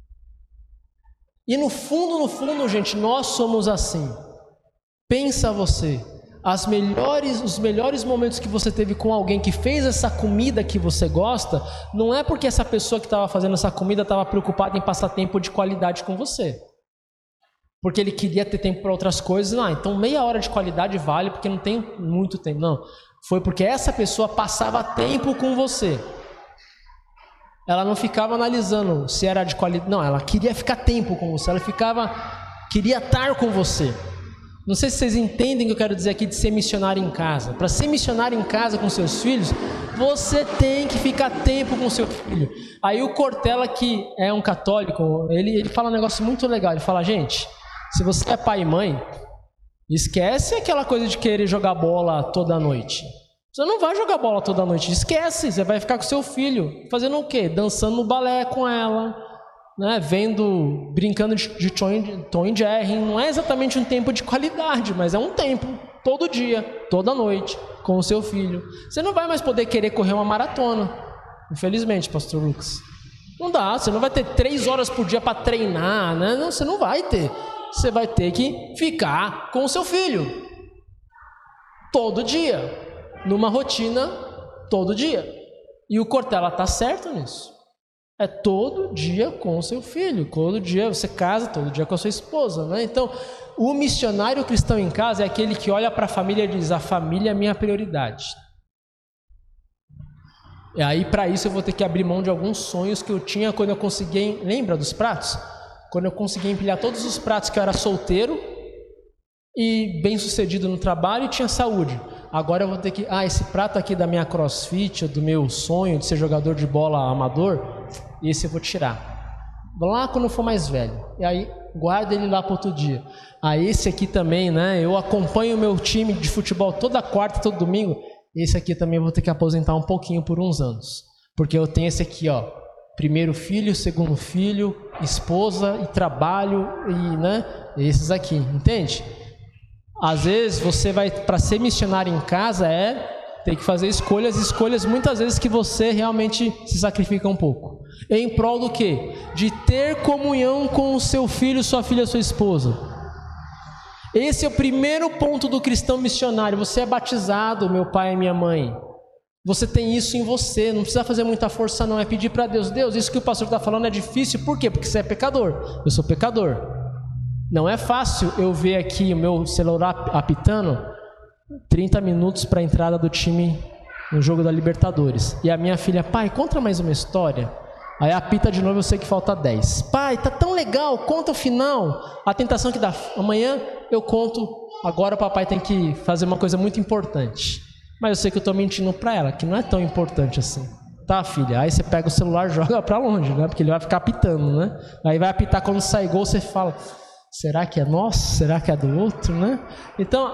E no fundo, gente, nós somos assim. Pensa você. Os melhores momentos que você teve com alguém que fez essa comida que você gosta, não é porque essa pessoa que estava fazendo essa comida estava preocupada em passar tempo de qualidade com você. Porque ele queria ter tempo para outras coisas. Não, então meia hora de qualidade vale porque não tem muito tempo. Não, foi porque essa pessoa passava tempo com você. Ela não ficava analisando se era de qualidade. Não, ela queria ficar tempo com você. Queria estar com você. Não sei se vocês entendem o que eu quero dizer aqui de ser missionário em casa. Para ser missionário em casa com seus filhos, você tem que ficar tempo com seu filho. Aí o Cortella, que é um católico, ele fala um negócio muito legal. Ele fala, gente, se você é pai e mãe, esquece aquela coisa de querer jogar bola toda noite. Você não vai jogar bola toda noite, esquece. Você vai ficar com seu filho, fazendo o quê? Dançando no balé com ela, né? Brincando de Tom e Jerry. Não é exatamente um tempo de qualidade, mas é um tempo, todo dia, toda noite, com o seu filho. Você não vai mais poder querer correr uma maratona, infelizmente, pastor Lucas. Não dá, você não vai ter 3 horas por dia para treinar, né? Não, você não vai ter. Você vai ter que ficar com o seu filho todo dia, numa rotina todo dia. E o Cortella está certo nisso. É todo dia com o seu filho, todo dia você casa, todo dia com a sua esposa, né? Então, o missionário cristão em casa é aquele que olha para a família e diz, a família é minha prioridade. E aí, para isso, eu vou ter que abrir mão de alguns sonhos que eu tinha quando eu consegui... Lembra dos pratos? Quando eu consegui empilhar todos os pratos que eu era solteiro e bem sucedido no trabalho e tinha saúde. Agora eu vou ter que... esse prato aqui da minha crossfit, do meu sonho de ser jogador de bola amador, esse eu vou tirar. Lá quando eu for mais velho. E aí, guarda ele lá para outro dia. Esse aqui também, né? Eu acompanho o meu time de futebol toda quarta, todo domingo. Esse aqui também eu vou ter que aposentar um pouquinho por uns anos. Porque eu tenho esse aqui, ó. Primeiro filho, segundo filho, esposa e trabalho, e, né? Esses aqui, entende? Às vezes você vai, para ser missionário em casa, ter que fazer escolhas muitas vezes que você realmente se sacrifica um pouco. Em prol do quê? De ter comunhão com o seu filho, sua filha, sua esposa. Esse é o primeiro ponto do cristão missionário. Você é batizado, meu pai e minha mãe. Você tem isso em você, não precisa fazer muita força não, é pedir para Deus. Deus, isso que o pastor está falando é difícil, por quê? Porque você é pecador, eu sou pecador. Não é fácil eu ver aqui o meu celular apitando 30 minutos para a entrada do time no jogo da Libertadores. E a minha filha, pai, conta mais uma história. Aí apita de novo, eu sei que falta 10. Pai, tá tão legal, conta o final. A tentação que dá, amanhã eu conto, agora o papai tem que fazer uma coisa muito importante. Mas eu sei que eu estou mentindo para ela, que não é tão importante assim. Tá, filha? Aí você pega o celular e joga para longe, né? Porque ele vai ficar apitando, né? Aí vai apitar quando sai gol, você fala, será que é nosso? Será que é do outro, né? Então,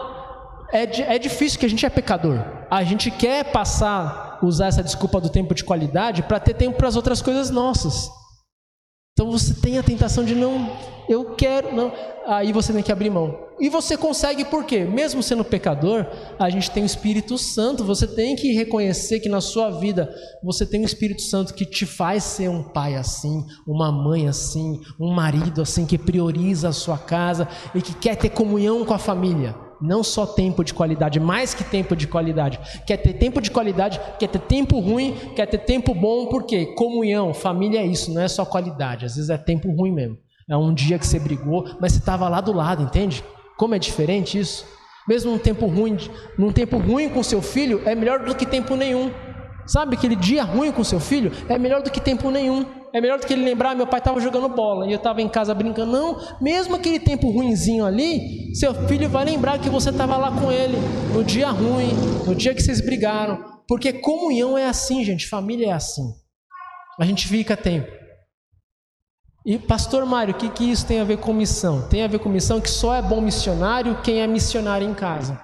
é difícil que a gente é pecador. A gente quer usar essa desculpa do tempo de qualidade para ter tempo para as outras coisas nossas. Então você tem a tentação de não, eu quero, não. Aí você tem que abrir mão. E você consegue por quê? Mesmo sendo pecador, a gente tem o Espírito Santo. Você tem que reconhecer que na sua vida você tem o Espírito Santo que te faz ser um pai assim, uma mãe assim, um marido assim, que prioriza a sua casa e que quer ter comunhão com a família. Não só tempo de qualidade, mais que tempo de qualidade. Quer ter tempo de qualidade, quer ter tempo ruim, quer ter tempo bom, por quê? Comunhão, família é isso, não é só qualidade. Às vezes é tempo ruim mesmo. É um dia que você brigou, mas você estava lá do lado, entende? Como é diferente isso? Mesmo num tempo ruim com seu filho, é melhor do que tempo nenhum. Sabe, aquele dia ruim com seu filho é melhor do que tempo nenhum. É melhor do que ele lembrar, meu pai estava jogando bola e eu estava em casa brincando. Não, mesmo aquele tempo ruinzinho ali, seu filho vai lembrar que você estava lá com ele no dia ruim, no dia que vocês brigaram. Porque comunhão é assim, gente, família é assim. A gente fica tempo. E pastor Mário, o que isso tem a ver com missão? Tem a ver com missão que só é bom missionário quem é missionário em casa.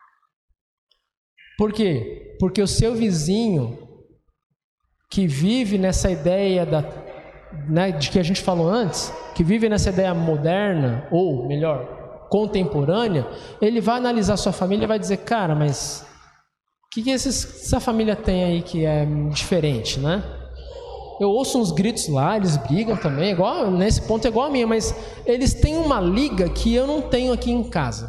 Por quê? Porque o seu vizinho que vive nessa ideia de que a gente falou antes, que vive nessa ideia moderna, ou melhor, contemporânea, ele vai analisar sua família e vai dizer, cara, mas o que essa família tem aí que é diferente, né? Eu ouço uns gritos lá, eles brigam também, igual, nesse ponto é igual a minha, mas eles têm uma liga que eu não tenho aqui em casa.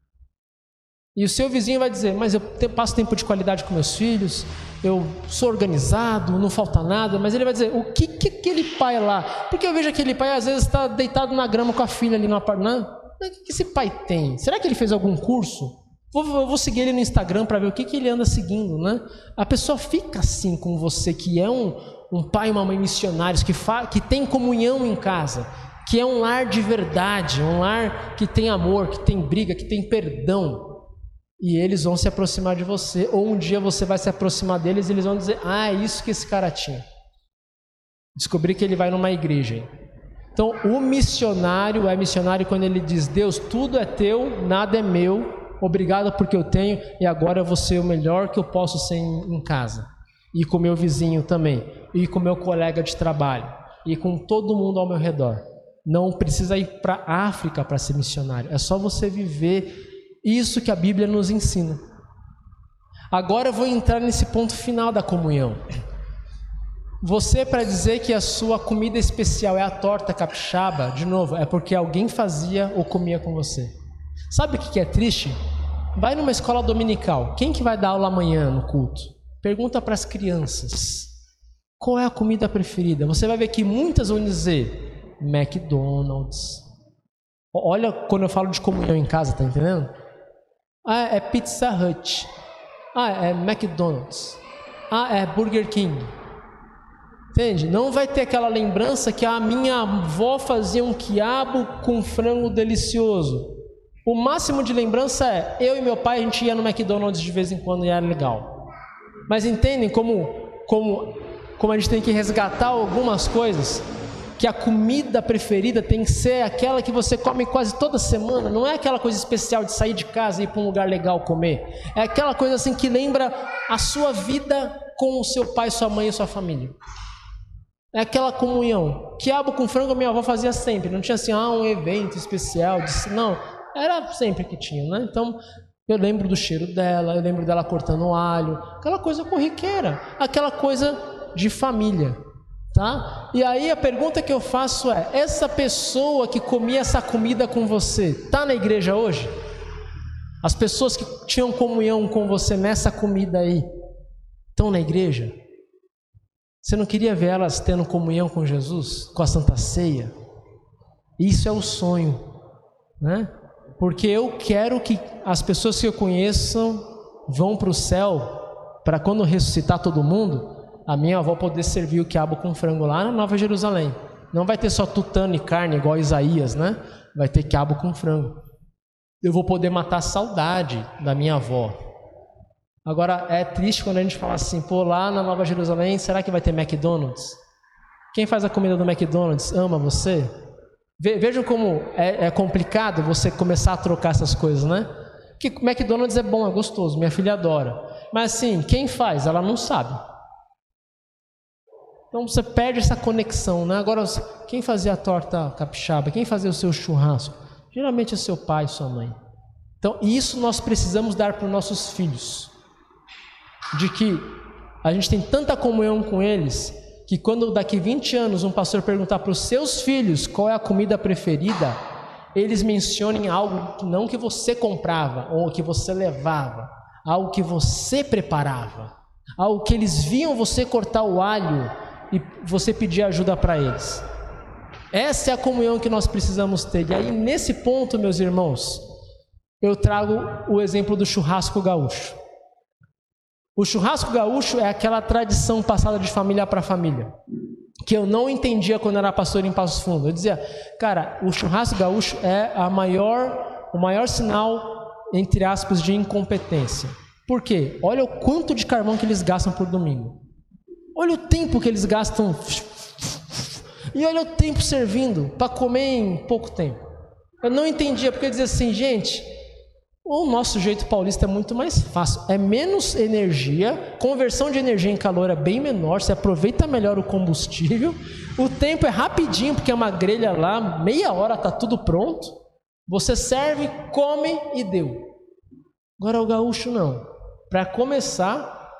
E o seu vizinho vai dizer, mas eu passo tempo de qualidade com meus filhos, eu sou organizado, não falta nada, mas ele vai dizer, o que aquele pai lá? Porque eu vejo aquele pai, às vezes, está deitado na grama com a filha ali no apartamento. O que esse pai tem? Será que ele fez algum curso? Eu vou seguir ele no Instagram para ver o que ele anda seguindo, né? A pessoa fica assim com você, que é um pai e uma mãe missionários, que tem comunhão em casa, que é um lar de verdade, um lar que tem amor, que tem briga, que tem perdão. E eles vão se aproximar de você, ou um dia você vai se aproximar deles e eles vão dizer, é isso que esse cara tinha. Descobri que ele vai numa igreja. Então, o missionário é missionário quando ele diz, Deus, tudo é teu, nada é meu, obrigado porque eu tenho, e agora eu vou ser o melhor que eu posso ser em casa. E com meu vizinho também, e com meu colega de trabalho, e com todo mundo ao meu redor. Não precisa ir para a África para ser missionário, é só você viver isso que a Bíblia nos ensina. Agora eu vou entrar nesse ponto final da comunhão. Você, para dizer que a sua comida especial é a torta capixaba, de novo, é porque alguém fazia ou comia com você. Sabe o que é triste? Vai numa escola dominical, quem que vai dar aula amanhã no culto? Pergunta para as crianças, qual é a comida preferida? Você vai ver que muitas vão dizer, McDonald's. Olha quando eu falo de comunhão em casa, tá entendendo? É Pizza Hut. É McDonald's. É Burger King. Entende? Não vai ter aquela lembrança que a minha avó fazia um quiabo com frango delicioso. O máximo de lembrança é, eu e meu pai, a gente ia no McDonald's de vez em quando e era legal. Mas entendem como a gente tem que resgatar algumas coisas? Que a comida preferida tem que ser aquela que você come quase toda semana. Não é aquela coisa especial de sair de casa e ir para um lugar legal comer. É aquela coisa assim que lembra a sua vida com o seu pai, sua mãe e sua família. É aquela comunhão. Quiabo com frango minha avó fazia sempre. Não tinha assim, um evento especial. Não, era sempre que tinha, né? Então, eu lembro do cheiro dela, eu lembro dela cortando o alho. Aquela coisa corriqueira. Aquela coisa de família. Tá? E aí a pergunta que eu faço é, essa pessoa que comia essa comida com você, está na igreja hoje? As pessoas que tinham comunhão com você nessa comida aí, estão na igreja? Você não queria ver elas tendo comunhão com Jesus, com a Santa Ceia? Isso é o sonho, né? Porque eu quero que as pessoas que eu conheço vão para o céu, para quando ressuscitar todo mundo, a minha avó poder servir o quiabo com frango lá na Nova Jerusalém. Não vai ter só tutano e carne igual Isaías, né? Vai ter quiabo com frango. Eu vou poder matar a saudade da minha avó. Agora, é triste quando a gente fala assim, lá na Nova Jerusalém, será que vai ter McDonald's? Quem faz a comida do McDonald's ama você? Vejam como é complicado você começar a trocar essas coisas, né? Que McDonald's é bom, é gostoso, minha filha adora. Mas assim, quem faz? Ela não sabe. Então você perde essa conexão, né? Agora, quem fazia a torta capixaba? Quem fazia o seu churrasco? Geralmente é seu pai, sua mãe. Então, isso nós precisamos dar para os nossos filhos. De que a gente tem tanta comunhão com eles, que quando daqui 20 anos um pastor perguntar para os seus filhos qual é a comida preferida, eles mencionem algo não que você comprava ou que você levava, algo que você preparava, algo que eles viam você cortar o alho e você pedir ajuda para eles. Essa é a comunhão que nós precisamos ter. E aí, nesse ponto, meus irmãos, eu trago o exemplo do churrasco gaúcho. O churrasco gaúcho é aquela tradição passada de família para família, que eu não entendia quando era pastor em Passo Fundo. Eu dizia, cara, o churrasco gaúcho é o maior sinal, entre aspas, de incompetência. Por quê? Olha o quanto de carvão que eles gastam por domingo. Olha o tempo que eles gastam. E olha o tempo servindo para comer em pouco tempo. Eu não entendia, porque eu dizia assim, gente, o nosso jeito paulista é muito mais fácil. É menos energia, conversão de energia em calor é bem menor, você aproveita melhor o combustível, o tempo é rapidinho, porque é uma grelha lá, meia hora está tudo pronto. Você serve, come e deu. Agora o gaúcho não. Para começar,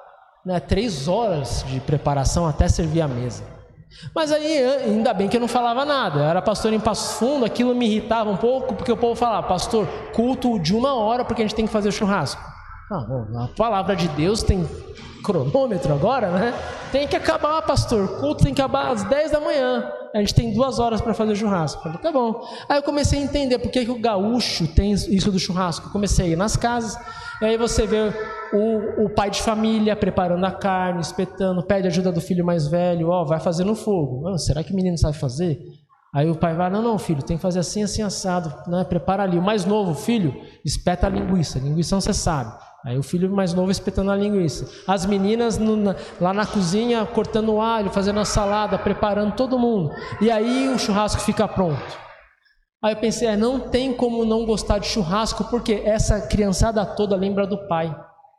3 horas de preparação até servir a mesa. Mas aí, ainda bem que eu não falava nada. Eu era pastor em Passo Fundo, aquilo me irritava um pouco, porque o povo falava, pastor, culto de 1 hora, porque a gente tem que fazer o churrasco. A palavra de Deus tem cronômetro agora, né? Tem que acabar, pastor, o culto tem que acabar às 10 da manhã. A gente tem 2 horas para fazer o churrasco. Eu falei, tá bom. Aí eu comecei a entender por que o gaúcho tem isso do churrasco. Eu comecei a ir nas casas, e aí você vê o pai de família preparando a carne, espetando, pede ajuda do filho mais velho, vai fazer no fogo. Será que o menino sabe fazer? Aí o pai vai, não, filho, tem que fazer assim, assim, assado, né? Prepara ali. O mais novo, filho, espeta a linguiça. Linguiça você sabe. Aí o filho mais novo espetando a linguiça. As meninas lá na cozinha cortando o alho, fazendo a salada, preparando todo mundo. E aí o churrasco fica pronto. Aí eu pensei, não tem como não gostar de churrasco, porque essa criançada toda lembra do pai.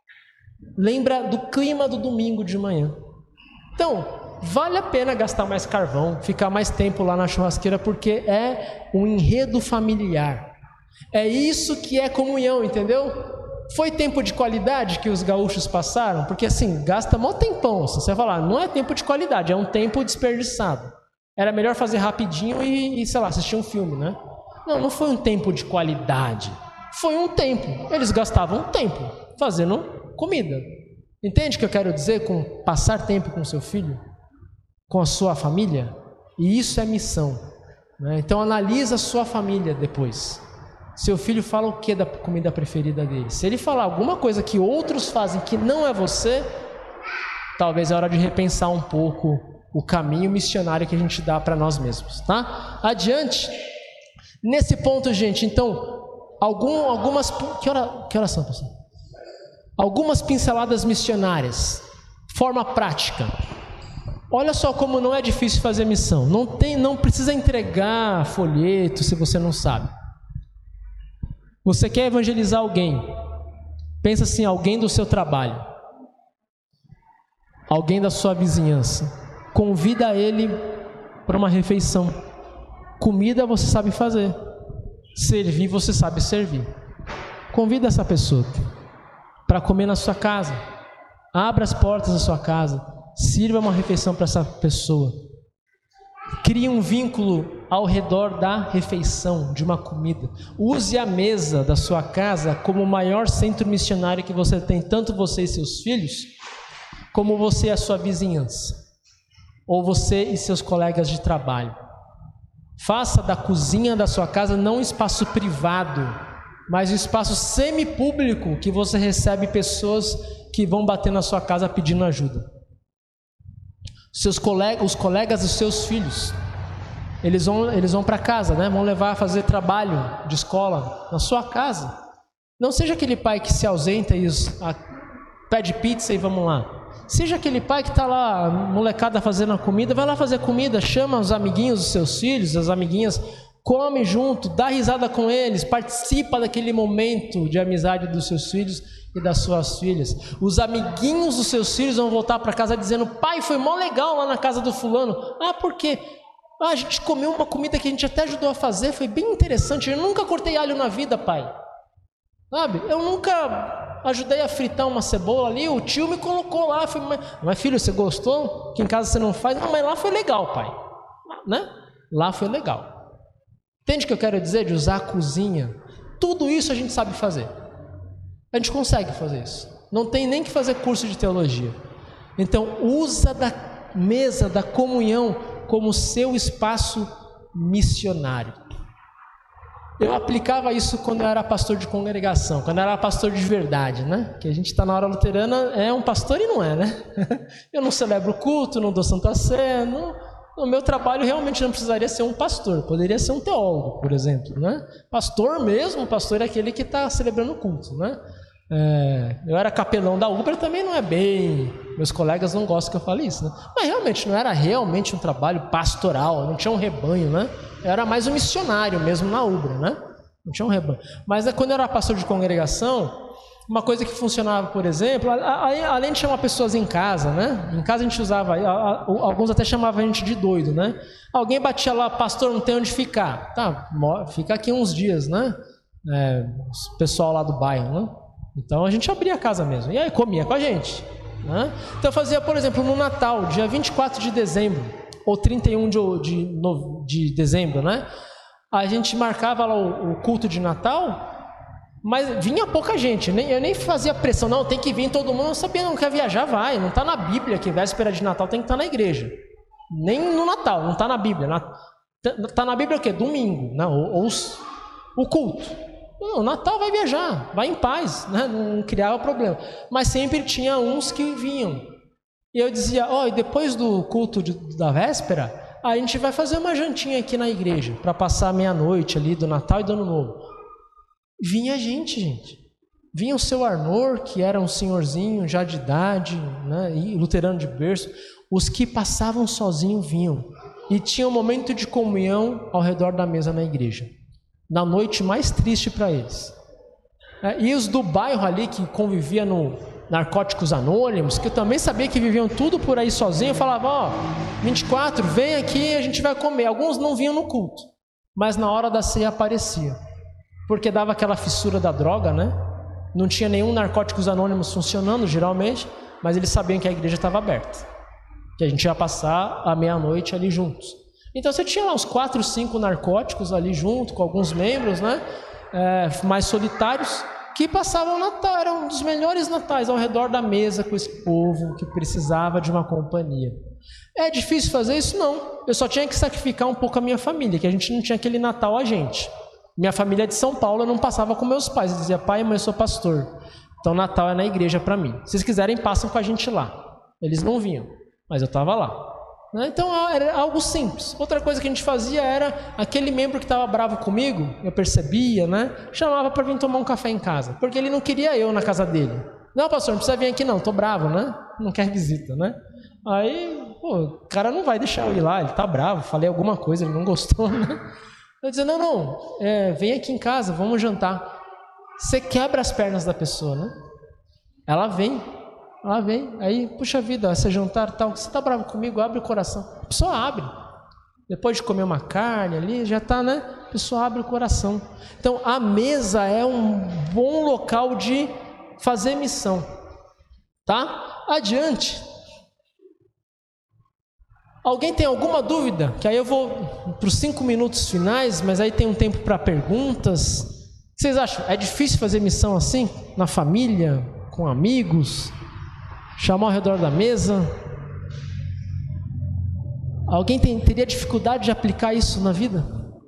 Lembra do clima do domingo de manhã. Então, vale a pena gastar mais carvão, ficar mais tempo lá na churrasqueira, porque é um enredo familiar. É isso que é comunhão, entendeu? Foi tempo de qualidade que os gaúchos passaram? Porque assim, gasta mó tempão. Você vai falar, não é tempo de qualidade, é um tempo desperdiçado. Era melhor fazer rapidinho e sei lá, assistir um filme, né? Não foi um tempo de qualidade. Foi um tempo. Eles gastavam um tempo fazendo comida. Entende o que eu quero dizer com passar tempo com seu filho? Com a sua família? E isso é missão, né? Então analisa a sua família depois. Seu filho fala o que da comida preferida dele? Se ele falar alguma coisa que outros fazem que não é você, talvez é hora de repensar um pouco o caminho missionário que a gente dá para nós mesmos, tá? Adiante. Nesse ponto, gente, então, algumas... Que horas são, pessoal? Algumas pinceladas missionárias. Forma prática. Olha só como não é difícil fazer missão. Não precisa entregar folheto se você não sabe. Você quer evangelizar alguém. Pensa assim, alguém do seu trabalho. Alguém da sua vizinhança. Convida ele para uma refeição. Comida você sabe fazer. Servir você sabe servir. Convida essa pessoa para comer na sua casa. Abra as portas da sua casa. Sirva uma refeição para essa pessoa. Crie um vínculo ao redor da refeição, de uma comida. Use a mesa da sua casa como o maior centro missionário que você tem, tanto você e seus filhos, como você e a sua vizinhança, ou você e seus colegas de trabalho. Faça da cozinha da sua casa não um espaço privado, mas um espaço semipúblico que você recebe pessoas que vão bater na sua casa pedindo ajuda. Os colegas dos seus filhos, eles vão para casa, né? Vão levar a fazer trabalho de escola na sua casa. Não seja aquele pai que se ausenta e pede pizza e vamos lá. Seja aquele pai que está lá, molecada fazendo a comida, vai lá fazer comida, chama os amiguinhos dos seus filhos, as amiguinhas, come junto, dá risada com eles, participa daquele momento de amizade dos seus filhos e das suas filhas. Os amiguinhos dos seus filhos vão voltar para casa dizendo, pai, foi mó legal lá na casa do fulano. Por quê? A gente comeu uma comida que a gente até ajudou a fazer, foi bem interessante, eu nunca cortei alho na vida, pai. Sabe? Eu nunca ajudei a fritar uma cebola ali, o tio me colocou lá, mas filho, você gostou? Que em casa você não faz? Não, mas lá foi legal, pai. Né? Lá foi legal. Entende o que eu quero dizer de usar a cozinha? Tudo isso a gente sabe fazer. A gente consegue fazer isso. Não tem nem que fazer curso de teologia. Então, usa da mesa, da comunhão, como seu espaço missionário. Eu aplicava isso quando eu era pastor de congregação, quando eu era pastor de verdade, né? Que a gente está na hora luterana, é um pastor e não é, né? Eu não celebro o culto, não dou Santa Sé, no meu trabalho realmente não precisaria ser um pastor, poderia ser um teólogo, por exemplo, né? Pastor mesmo, pastor é aquele que está celebrando o culto, né? Eu era capelão da Ubra, também não é bem... Meus colegas não gostam que eu fale isso, né? Mas realmente não era realmente um trabalho pastoral, não tinha um rebanho, né? Eu era mais um missionário mesmo na Ubra, né? Não tinha um rebanho. Mas quando eu era pastor de congregação, uma coisa que funcionava, por exemplo, além de chamar pessoas em casa, né? Em casa a gente usava, alguns até chamavam a gente de doido, né? Alguém batia lá, pastor, não tem onde ficar. Tá, fica aqui uns dias, né? O pessoal lá do bairro, né? Então a gente abria a casa mesmo. E aí comia com a gente, né? Então eu fazia, por exemplo, no Natal, dia 24 de dezembro, ou 31 de dezembro, né? A gente marcava lá o culto de Natal, mas vinha pouca gente. Eu nem fazia pressão, não, tem que vir todo mundo. Eu sabia, não quer viajar, vai. Não está na Bíblia que véspera de Natal tem que estar na igreja. Nem no Natal, não está na Bíblia. Está na Bíblia o quê? Domingo, né? ou o culto. Não, Natal vai viajar, vai em paz, né? Não criava problema. Mas sempre tinha uns que vinham. E eu dizia, e depois do culto da véspera, a gente vai fazer uma jantinha aqui na igreja, para passar meia-noite ali do Natal e do Ano Novo. Vinha gente. Vinha o seu Arnor, que era um senhorzinho já de idade, né? E luterano de berço. Os que passavam sozinhos vinham. E tinha um momento de comunhão ao redor da mesa na igreja. Na noite mais triste para eles. E os do bairro ali, que convivia no Narcóticos Anônimos, que eu também sabia que viviam tudo por aí sozinho, eu falava, 24, vem aqui, a gente vai comer. Alguns não vinham no culto, mas na hora da ceia aparecia. Porque dava aquela fissura da droga, né? Não tinha nenhum Narcóticos Anônimos funcionando, geralmente, mas eles sabiam que a igreja estava aberta. Que a gente ia passar a meia-noite ali juntos. Então você tinha lá uns 4, 5 narcóticos ali junto, com alguns membros, né? Mais solitários, que passavam o Natal. Era um dos melhores natais ao redor da mesa com esse povo que precisava de uma companhia. É difícil fazer isso? Não. Eu só tinha que sacrificar um pouco a minha família, que a gente não tinha aquele Natal a gente. Minha família é de São Paulo, eu não passava com meus pais. Eu dizia, pai e mãe, eu sou pastor. Então Natal é na igreja para mim. Se vocês quiserem, passam com a gente lá. Eles não vinham, mas eu estava lá. Então era algo simples. Outra coisa que a gente fazia era aquele membro que estava bravo comigo, eu percebia, né? Chamava para vir tomar um café em casa, porque ele não queria eu na casa dele. Não, pastor, não precisa vir aqui não, estou bravo, né? Não quer visita, né? Aí, o cara não vai deixar eu ir lá, ele está bravo, falei alguma coisa, ele não gostou, né? Eu dizia, não, vem aqui em casa, vamos jantar. Você quebra as pernas da pessoa, né? Ela vem. Aí, puxa vida, esse jantar tal, você está bravo comigo, abre o coração. A pessoa abre. Depois de comer uma carne ali, já está, né? A pessoa abre o coração. Então, a mesa é um bom local de fazer missão. Tá? Adiante. Alguém tem alguma dúvida? Que aí eu vou para os 5 minutos finais, mas aí tem um tempo para perguntas. O que vocês acham? É difícil fazer missão assim? Na família? Com amigos? Chamar ao redor da mesa? Alguém teria dificuldade de aplicar isso na vida?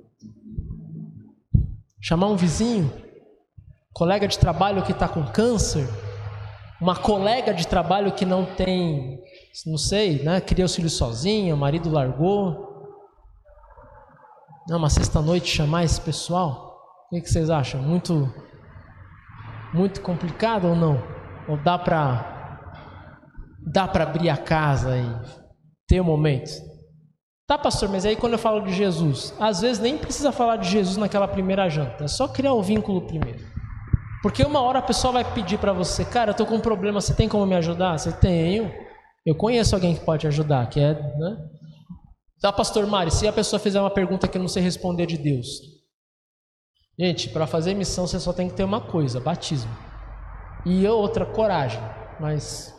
Chamar um vizinho? Colega de trabalho que está com câncer? Uma colega de trabalho que não tem, não sei, né? Cria os filhos sozinha, o marido largou. Uma sexta-noite chamar esse pessoal? O que vocês acham? Muito complicado ou não? Ou dá para abrir a casa e ter um momento? Tá, pastor, mas aí quando eu falo de Jesus, às vezes nem precisa falar de Jesus naquela primeira janta, é só criar o vínculo primeiro. Porque uma hora a pessoa vai pedir para você, cara, eu tô com um problema, você tem como me ajudar? Você tem. Eu conheço alguém que pode te ajudar, que é, né? Tá, pastor Mário, se a pessoa fizer uma pergunta que eu não sei responder de Deus. Gente, para fazer missão você só tem que ter uma coisa, batismo. E outra, coragem. Mas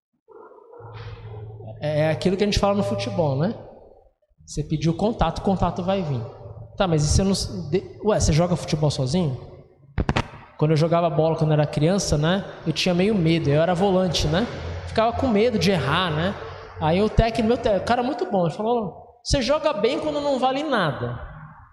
é aquilo que a gente fala no futebol, né? Você pediu contato, o contato vai vir. Tá, mas e se eu não... você joga futebol sozinho? Quando eu jogava bola quando eu era criança, né? Eu tinha meio medo, eu era volante, né? Ficava com medo de errar, né? Aí o técnico, o cara muito bom, ele falou, você joga bem quando não vale nada.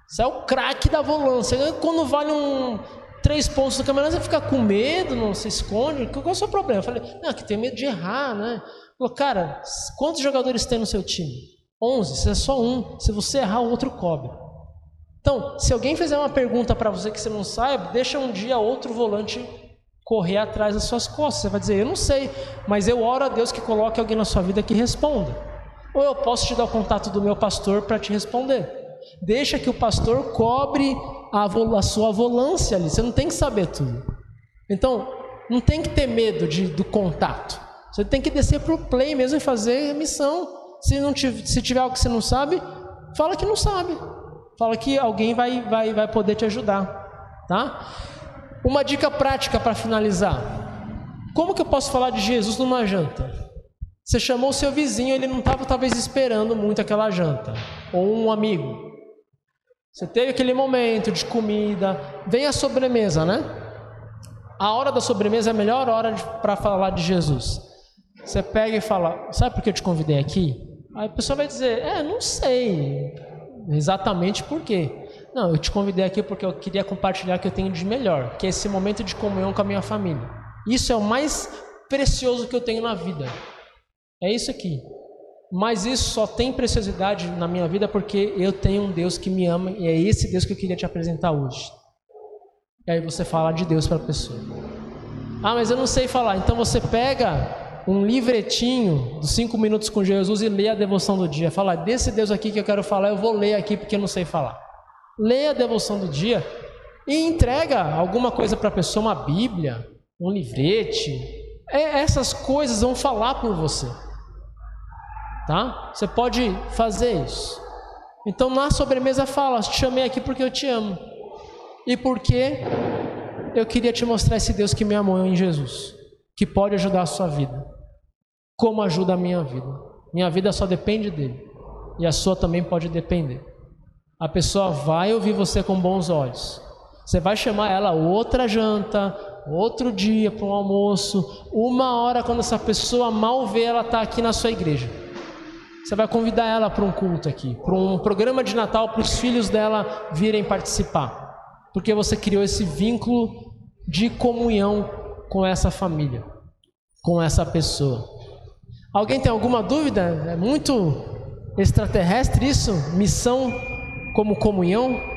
Você é o craque da volância. Quando vale 3 pontos no campeonato, você fica com medo, não se esconde. Qual é o seu problema? Eu falei, não, que tem medo de errar, né? Falei, cara, quantos jogadores tem no seu time? 11, você é só um. Se você errar, o outro cobre. Então, se alguém fizer uma pergunta para você que você não sabe, deixa um dia outro volante correr atrás das suas costas. Você vai dizer, eu não sei, mas eu oro a Deus que coloque alguém na sua vida que responda. Ou eu posso te dar o contato do meu pastor para te responder. Deixa que o pastor cobre a sua volância ali. Você não tem que saber tudo. Então, não tem que ter medo do contato. Você tem que descer para o play mesmo e fazer a missão. Se tiver algo que você não sabe, fala que não sabe. Fala que alguém vai poder te ajudar, tá? Uma dica prática para finalizar. Como que eu posso falar de Jesus numa janta? Você chamou o seu vizinho, ele não estava talvez esperando muito aquela janta. Ou um amigo. Você teve aquele momento de comida. Vem a sobremesa, né? A hora da sobremesa é a melhor hora para falar de Jesus. Você pega e fala, sabe por que eu te convidei aqui? Aí a pessoa vai dizer, não sei exatamente por quê. Não, eu te convidei aqui porque eu queria compartilhar o que eu tenho de melhor, que é esse momento de comunhão com a minha família. Isso é o mais precioso que eu tenho na vida. É isso aqui. Mas isso só tem preciosidade na minha vida porque eu tenho um Deus que me ama e é esse Deus que eu queria te apresentar hoje. E aí você fala de Deus para a pessoa. Mas eu não sei falar. Então você pega um livretinho dos 5 minutos com Jesus e lê a devoção do dia. Fala, desse Deus aqui que eu quero falar, eu vou ler aqui porque eu não sei falar. Lê a devoção do dia e entrega alguma coisa para a pessoa, uma Bíblia, um livrete. Essas coisas vão falar por você. Tá? Você pode fazer isso. Então na sobremesa fala, te chamei aqui porque eu te amo. E porque eu queria te mostrar esse Deus que me amou em Jesus, que pode ajudar a sua vida. Como ajuda a minha vida. Minha vida só depende dele. E a sua também pode depender. A pessoa vai ouvir você com bons olhos. Você vai chamar ela outra janta, outro dia para um almoço, 1 hora quando essa pessoa mal vê, ela está aqui na sua igreja. Você vai convidar ela para um culto aqui, para um programa de Natal, para os filhos dela virem participar. Porque você criou esse vínculo de comunhão com essa família, com essa pessoa. Alguém tem alguma dúvida? É muito extraterrestre isso? Missão como comunhão?